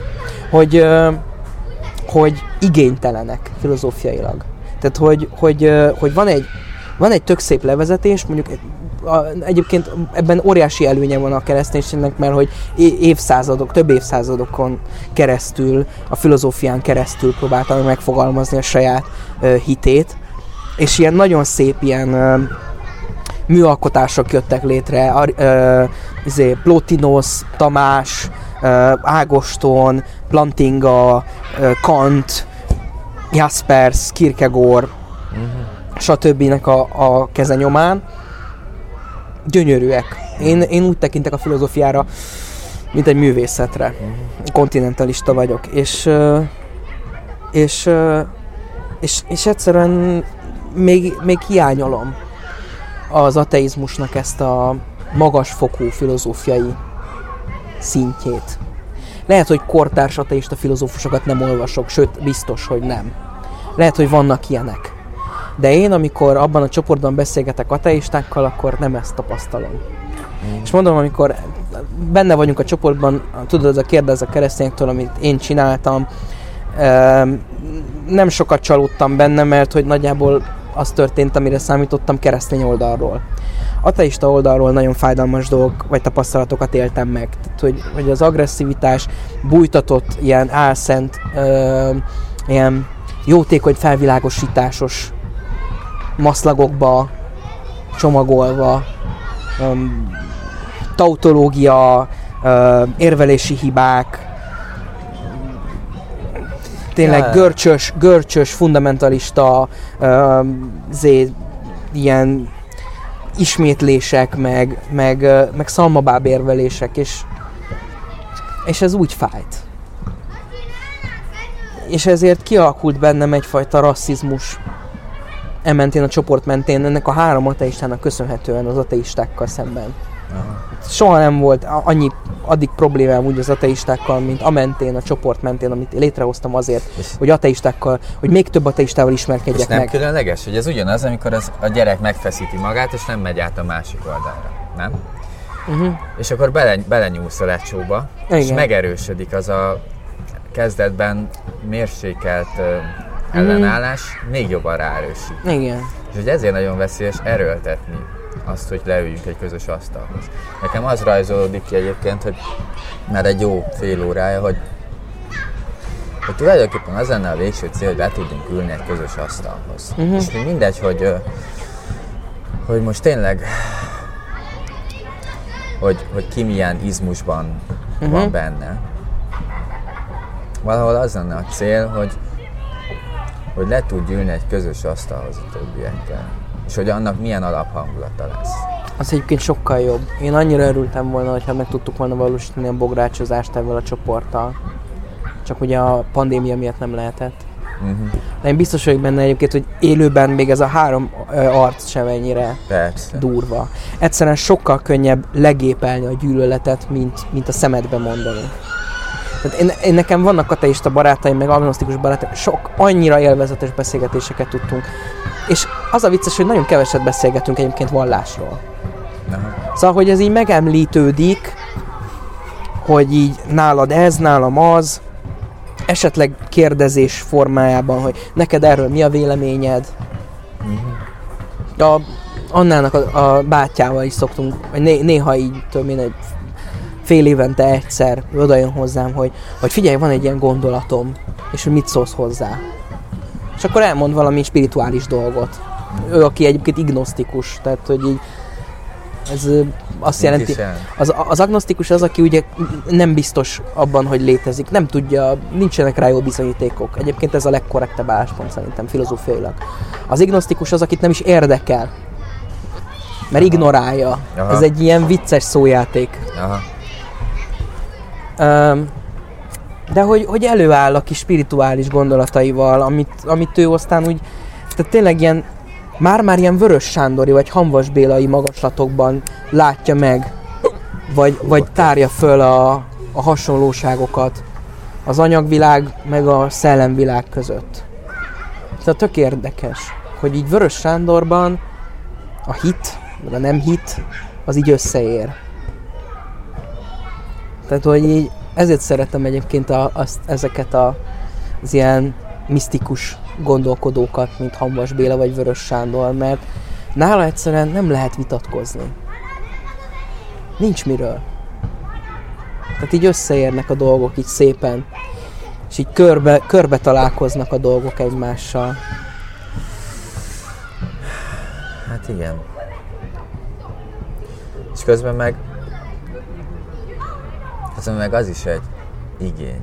Hogy igénytelenek filozófiailag. Tehát, hogy van egy tök szép levezetés, mondjuk egyébként ebben óriási előnye van a kereszténységnek, mert hogy több évszázadokon keresztül, a filozófián keresztül próbálta megfogalmazni a saját hitét, és ilyen nagyon szép ilyen műalkotások jöttek létre, Plotinos, Tamás, Ágoston, Plantinga, Kant, Jaspers, Kierkegaard, stb. A kezenyomán. Gyönyörűek. Én úgy tekintek a filozófiára, mint egy művészetre. Kontinentalista vagyok. És egyszerűen még hiányolom az ateizmusnak ezt a magasfokú filozófiai szintjét. Lehet, hogy kortárs ateista filozófusokat nem olvasok, sőt, biztos, hogy nem. Lehet, hogy vannak ilyenek. De én, amikor abban a csoportban beszélgetek ateistákkal, akkor nem ezt tapasztalom. És mondom, amikor benne vagyunk a csoportban, tudod, ez a kérdez a keresztényektől, amit én csináltam, nem sokat csalódtam benne, mert hogy nagyjából az történt, amire számítottam keresztény oldalról. Ateista oldalról nagyon fájdalmas dolgok, vagy tapasztalatokat éltem meg. Tehát, hogy az agresszivitás bújtatott, ilyen álszent, ilyen jótékony felvilágosításos maszlagokba csomagolva, tautológia, érvelési hibák, tényleg görcsös, fundamentalista, ilyen ismétlések, meg szalmabábérvelések, és ez úgy fájt. És ezért kialakult bennem egyfajta rasszizmus mentén, a csoport mentén, ennek a 3 ateistának köszönhetően az ateistákkal szemben. Soha nem volt addig problémám úgy az ateistákkal, mint mentén, a csoport mentén, amit létrehoztam azért, hogy ateistákkal, hogy még több ateistával ismerkedjek meg. És nem különleges, hogy ez ugyanaz, amikor a gyerek megfeszíti magát, és nem megy át a másik oldalra, nem? És akkor belenyúlsz a lecsóba, és megerősödik az a kezdetben mérsékelt ellenállás, még jobban ráerősít. Igen. És hogy ezért nagyon veszélyes erőltetni azt, hogy leüljünk egy közös asztalhoz. Nekem az rajzolódik ki egyébként, hogy már egy jó fél órája, hogy tulajdonképpen az lenne a végső cél, hogy le tudjunk ülni egy közös asztalhoz. És még mindegy, hogy most tényleg hogy ki milyen izmusban van benne. Valahol az lenne a cél, hogy le tudj ülni egy közös asztalhoz a többiekkel. És hogy annak milyen alaphangulata lesz. Az egyébként sokkal jobb. Én annyira örültem volna, hogyha meg tudtuk volna valósítani a bográcsozást ezzel a csoporttal. Csak ugye a pandémia miatt nem lehetett. De én biztos vagyok benne egyébként, hogy élőben még ez a 3 arc sem ennyire durva. Egyszerűen sokkal könnyebb legépelni a gyűlöletet, mint a szemedbe mondani. Tehát én nekem vannak ateista barátaim, meg agnosztikus barátaim, annyira élvezetes beszélgetéseket tudtunk. És az a vicces, hogy nagyon keveset beszélgetünk egyébként vallásról. Szóval, hogy ez így megemlítődik, hogy így nálad ez, nálam az, esetleg kérdezés formájában, hogy neked erről mi a véleményed. Annának a bátyával is szoktunk, vagy néha így egy fél évente egyszer odajön hozzám, hogy figyelj, van egy ilyen gondolatom, és hogy mit szólsz hozzá. És akkor elmond valami spirituális dolgot. Ő, aki egyébként ignosztikus, tehát hogy így ez azt jelenti, az agnosztikus az, aki ugye nem biztos abban, hogy létezik, nem tudja, nincsenek rá jó bizonyítékok. Egyébként ez a legkorrektebb álláspont szerintem filozófiailag. Az ignosztikus az, akit nem is érdekel, mert ignorálja. Ez egy ilyen vicces szójáték. De hogy előáll a kis spirituális gondolataival, amit ő aztán úgy, tehát tényleg ilyen már ilyen Vörös Sándori vagy Hamvas Bélai magaslatokban látja meg, vagy tárja föl a hasonlóságokat az anyagvilág meg a szellemvilág között. Tehát tök érdekes, hogy így Vörös Sándorban a hit, vagy a nem hit, az így összeér. Tehát, hogy így ezért szeretem egyébként ezeket az ilyen misztikus gondolkodókat, mint Hamvas Béla vagy Vörös Sándor, mert nála egyszerűen nem lehet vitatkozni. Nincs miről. Tehát így összeérnek a dolgok így szépen, és így körbe találkoznak a dolgok egymással. Hát igen. És közben meg az is egy igény.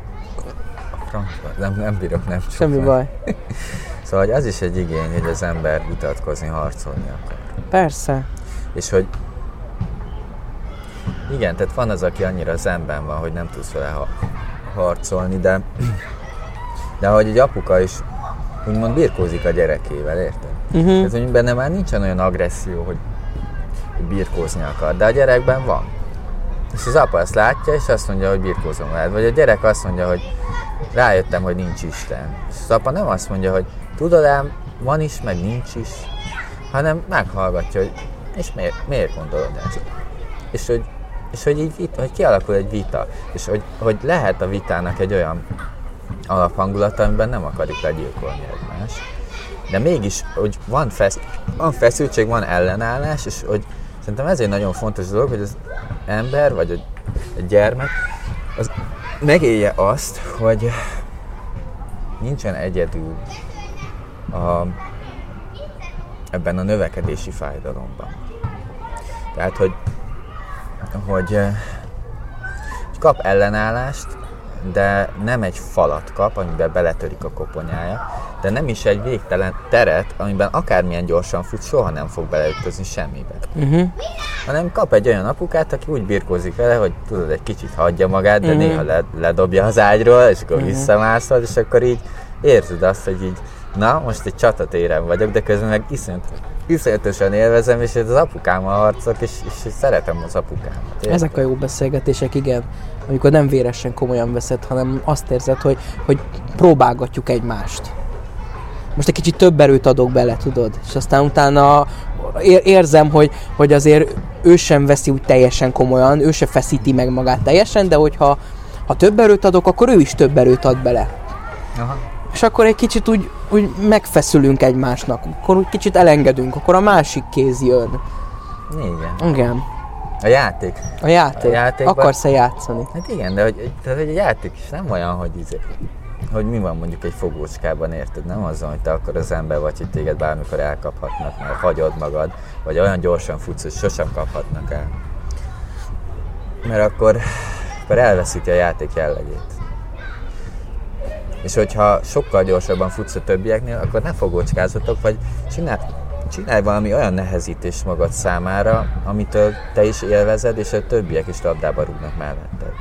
Nem bírok, nem csak. Semmi baj. Szóval az is egy igény, hogy az ember vitatkozni, harcolni akar. Persze. És hogy igen, tehát van az, aki annyira zenben van, hogy nem tudsz vele harcolni, de hogy egy apuka is úgymond birkózik a gyerekével, érted? Tehát, hogy benne már nincsen olyan agresszió, hogy birkózni akar, de a gyerekben van. És az apa azt látja, és azt mondja, hogy birkózom veled. Vagy a gyerek azt mondja, hogy rájöttem, hogy nincs Isten. És az apa nem azt mondja, hogy tudod ám, van is, meg nincs is, hanem meghallgatja, hogy és miért gondolod ezt? És hogy így hogy kialakul egy vita. És hogy lehet a vitának egy olyan alaphangulata, amiben nem akarik legyilkolni egymást. De mégis, hogy van feszültség, van ellenállás, és hogy szerintem ezért nagyon fontos dolog, hogy az ember, vagy a gyermek, az megélje azt, hogy nincsen egyedül ebben a növekedési fájdalomban. Tehát, hogy kap ellenállást, de nem egy falat kap, amiben beletörik a koponyája, de nem is egy végtelen teret, amiben akármilyen gyorsan fut, soha nem fog beleütközni semmibe. Hanem kap egy olyan apukát, aki úgy birkózik vele, hogy tudod, egy kicsit hagyja magát, de néha ledobja az ágyról, és akkor visszamászol, és akkor így érzed azt, hogy így, na, most egy csatatéren vagyok, de közben meg iszonyatosan élvezem, és az apukámmal harcolok, és szeretem az apukámat. Érted? Ezek a jó beszélgetések, igen, amikor nem véresen komolyan veszed, hanem azt érzed, hogy próbálgatjuk egymást. Most egy kicsit több erőt adok bele, tudod? És aztán utána érzem, hogy azért ő sem veszi úgy teljesen komolyan, ő se feszíti meg magát teljesen, de hogyha több erőt adok, akkor ő is több erőt ad bele. Aha. És akkor egy kicsit úgy megfeszülünk egymásnak, akkor úgy kicsit elengedünk, akkor a másik kéz jön. Igen. A játék. A játékban. Akarsz-e játszani? Hát igen, de hogy egy játék is nem olyan, hogy mi van mondjuk egy fogócskában, érted? Nem azon, hogy te akkor az ember vagy, hogy téged bármikor elkaphatnak, mert hagyod magad, vagy olyan gyorsan futsz, hogy sosem kaphatnak el. Mert akkor elveszíti a játék jellegét. És hogyha sokkal gyorsabban futsz a többieknél, akkor ne fogócskázzatok, vagy csinálj valami olyan nehezítés magad számára, amitől te is élvezed, és a többiek is labdába rúgnak melletted.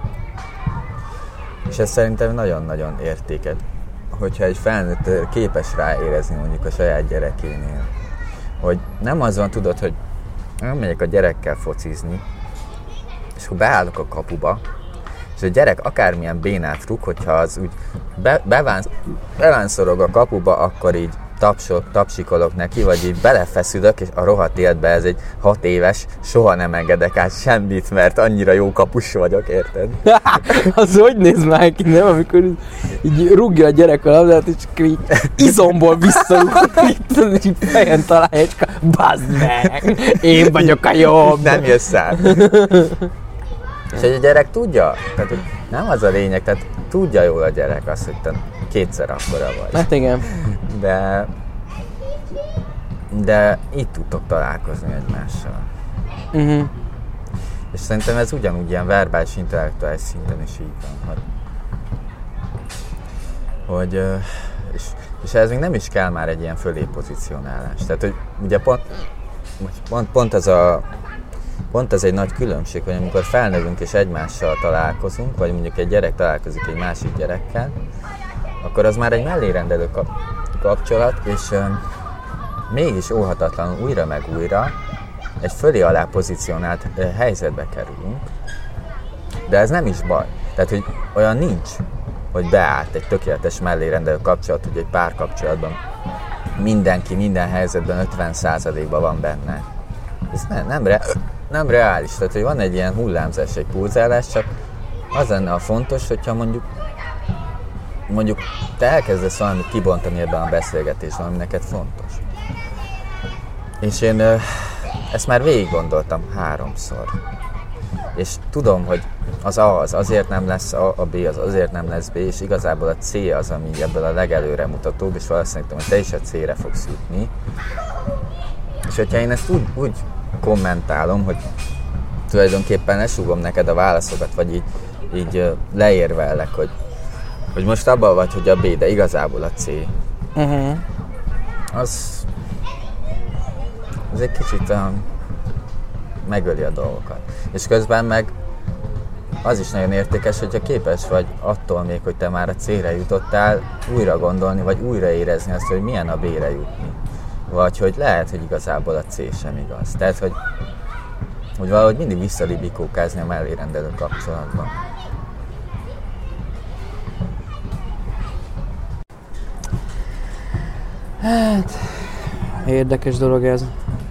És ez szerintem nagyon-nagyon értéked, hogyha egy felnőtt képes ráérezni mondjuk a saját gyerekénél. Hogy nem az van, tudod, hogy nem megyek a gyerekkel focizni, és akkor beállok a kapuba, és a gyerek akármilyen bénát rúg, hogyha az úgy belánszorog a kapuba, akkor így tapsikolok neki, vagy így belefeszülök, és a rohadt életbe ez egy 6 éves, soha nem engedek át semmit, mert annyira jó kapus vagyok, érted? Az hogy néz már ki, nem? Amikor így rúgja a gyerek a labdát, és így izomból visszarúgod, és így fejen találja, és bazd meg, én vagyok a jobb. Nem jössz át. És egy gyerek tudja, tehát hogy nem az a lényeg, tehát tudja jól a gyerek azt, hogy te kétszer akkora vagy. Hát igen. De itt tudtok találkozni egymással. És szerintem ez ugyanúgy ilyen verbális, intellektuális szinten is így van. És ez még nem is kell már egy ilyen fölé pozícionálás. Tehát, hogy ugye pont ez egy nagy különbség, hogy amikor felnövünk és egymással találkozunk, vagy mondjuk egy gyerek találkozik egy másik gyerekkel, akkor az már egy mellérendelő kapcsolat, és mégis óhatatlanul újra meg újra egy fölé alá pozícionált helyzetbe kerülünk, de ez nem is baj. Tehát, hogy olyan nincs, hogy beállt egy tökéletes mellérendelő kapcsolat, hogy egy párkapcsolatban mindenki minden helyzetben 50%-ban van benne. Ez nem reális, tehát hogy van egy ilyen hullámzás, egy pulzálás, csak az lenne a fontos, hogyha mondjuk te elkezdesz valamit kibontani ebben a beszélgetésben, ami neked fontos. És én ezt már végig gondoltam 3-szor. És tudom, hogy az A az azért nem lesz A, a B az azért nem lesz B, és igazából a C az, ami ebből a legelőre mutatóbb, és valószínűleg hogy te is a C-re fogsz jutni. És hogyha én ezt úgy kommentálom, hogy tulajdonképpen lesúgom neked a válaszokat, vagy így leérvellek, hogy most abban vagy, hogy a B, de igazából a C. Az egy kicsit megöli a dolgokat. És közben meg az is nagyon értékes, hogyha képes vagy attól még, hogy te már a C-re jutottál, újra gondolni, vagy újra érezni azt, hogy milyen a B-re jutni. Vagy hogy lehet, hogy igazából a C sem igaz. Tehát, hogy valahogy mindig visszalibikókázni a mellérendelő kapcsolatban. Hát, érdekes dolog ez.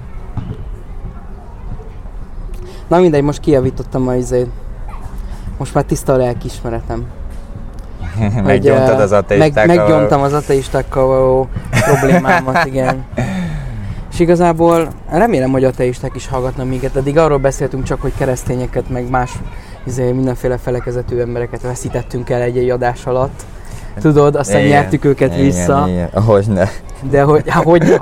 Na mindegy, most kijavítottam a izét. Most már tiszta a lelkiismeretem. Meggyomtad az ateistákkal. Meggyomtam az ateistákkal való problémámat, igen. És igazából remélem, hogy ateisták is hallgatnak minket. Eddig arról beszéltünk csak, hogy keresztényeket, meg más mindenféle felekezetű embereket veszítettünk el egy adás alatt. Tudod, aztán igen, nyertük őket vissza. Igen. Hogyne. De hogyne.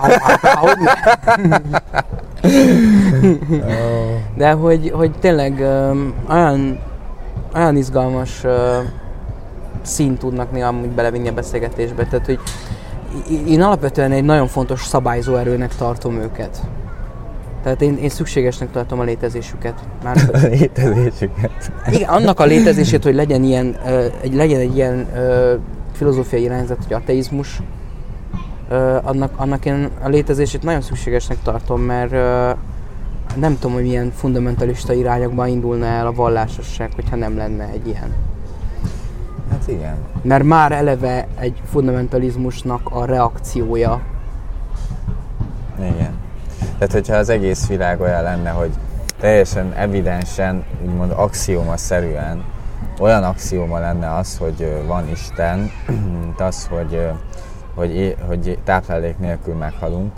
De hogy tényleg olyan izgalmas színt tudnak néha amúgy belevinni a beszélgetésbe. Tehát, hogy én alapvetően egy nagyon fontos szabályzó erőnek tartom őket. Tehát én szükségesnek tartom a létezésüket. A létezésüket? Igen, annak a létezését, hogy legyen egy ilyen filozófiai irányzat, hogy ateizmus, annak én a létezését nagyon szükségesnek tartom, mert nem tudom, hogy milyen fundamentalista irányokban indulna el a vallásosság, hogyha nem lenne egy ilyen. Hát igen. Mert már eleve egy fundamentalizmusnak a reakciója. Igen. Tehát, hogyha az egész világ olyan lenne, hogy teljesen evidensen, úgymond axióma-szerűen, olyan axióma lenne az, hogy van Isten, mint az, hogy táplálék nélkül meghalunk,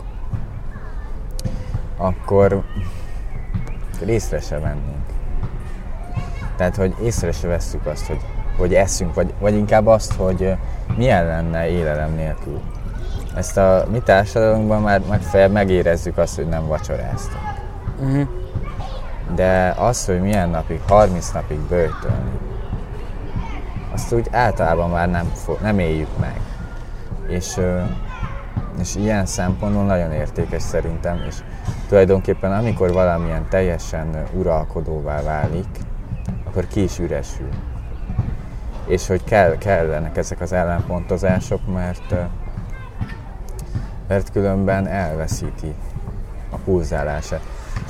akkor észre se vennénk. Tehát, hogy észre se vesszük azt, hogy eszünk, vagy inkább azt, hogy milyen lenne élelem nélkül. Ezt a mi társadalmunkban már megérezzük azt, hogy nem vacsoráztunk. Uh-huh. De az, hogy milyen napig, 30 napig börtönni, azt úgy általában már nem éljük meg. És ilyen szempontból nagyon értékes szerintem, és tulajdonképpen amikor valamilyen teljesen uralkodóvá válik, akkor ki is üresül. És hogy kellenek ezek az ellenpontozások, mert különben elveszíti a pulzálását.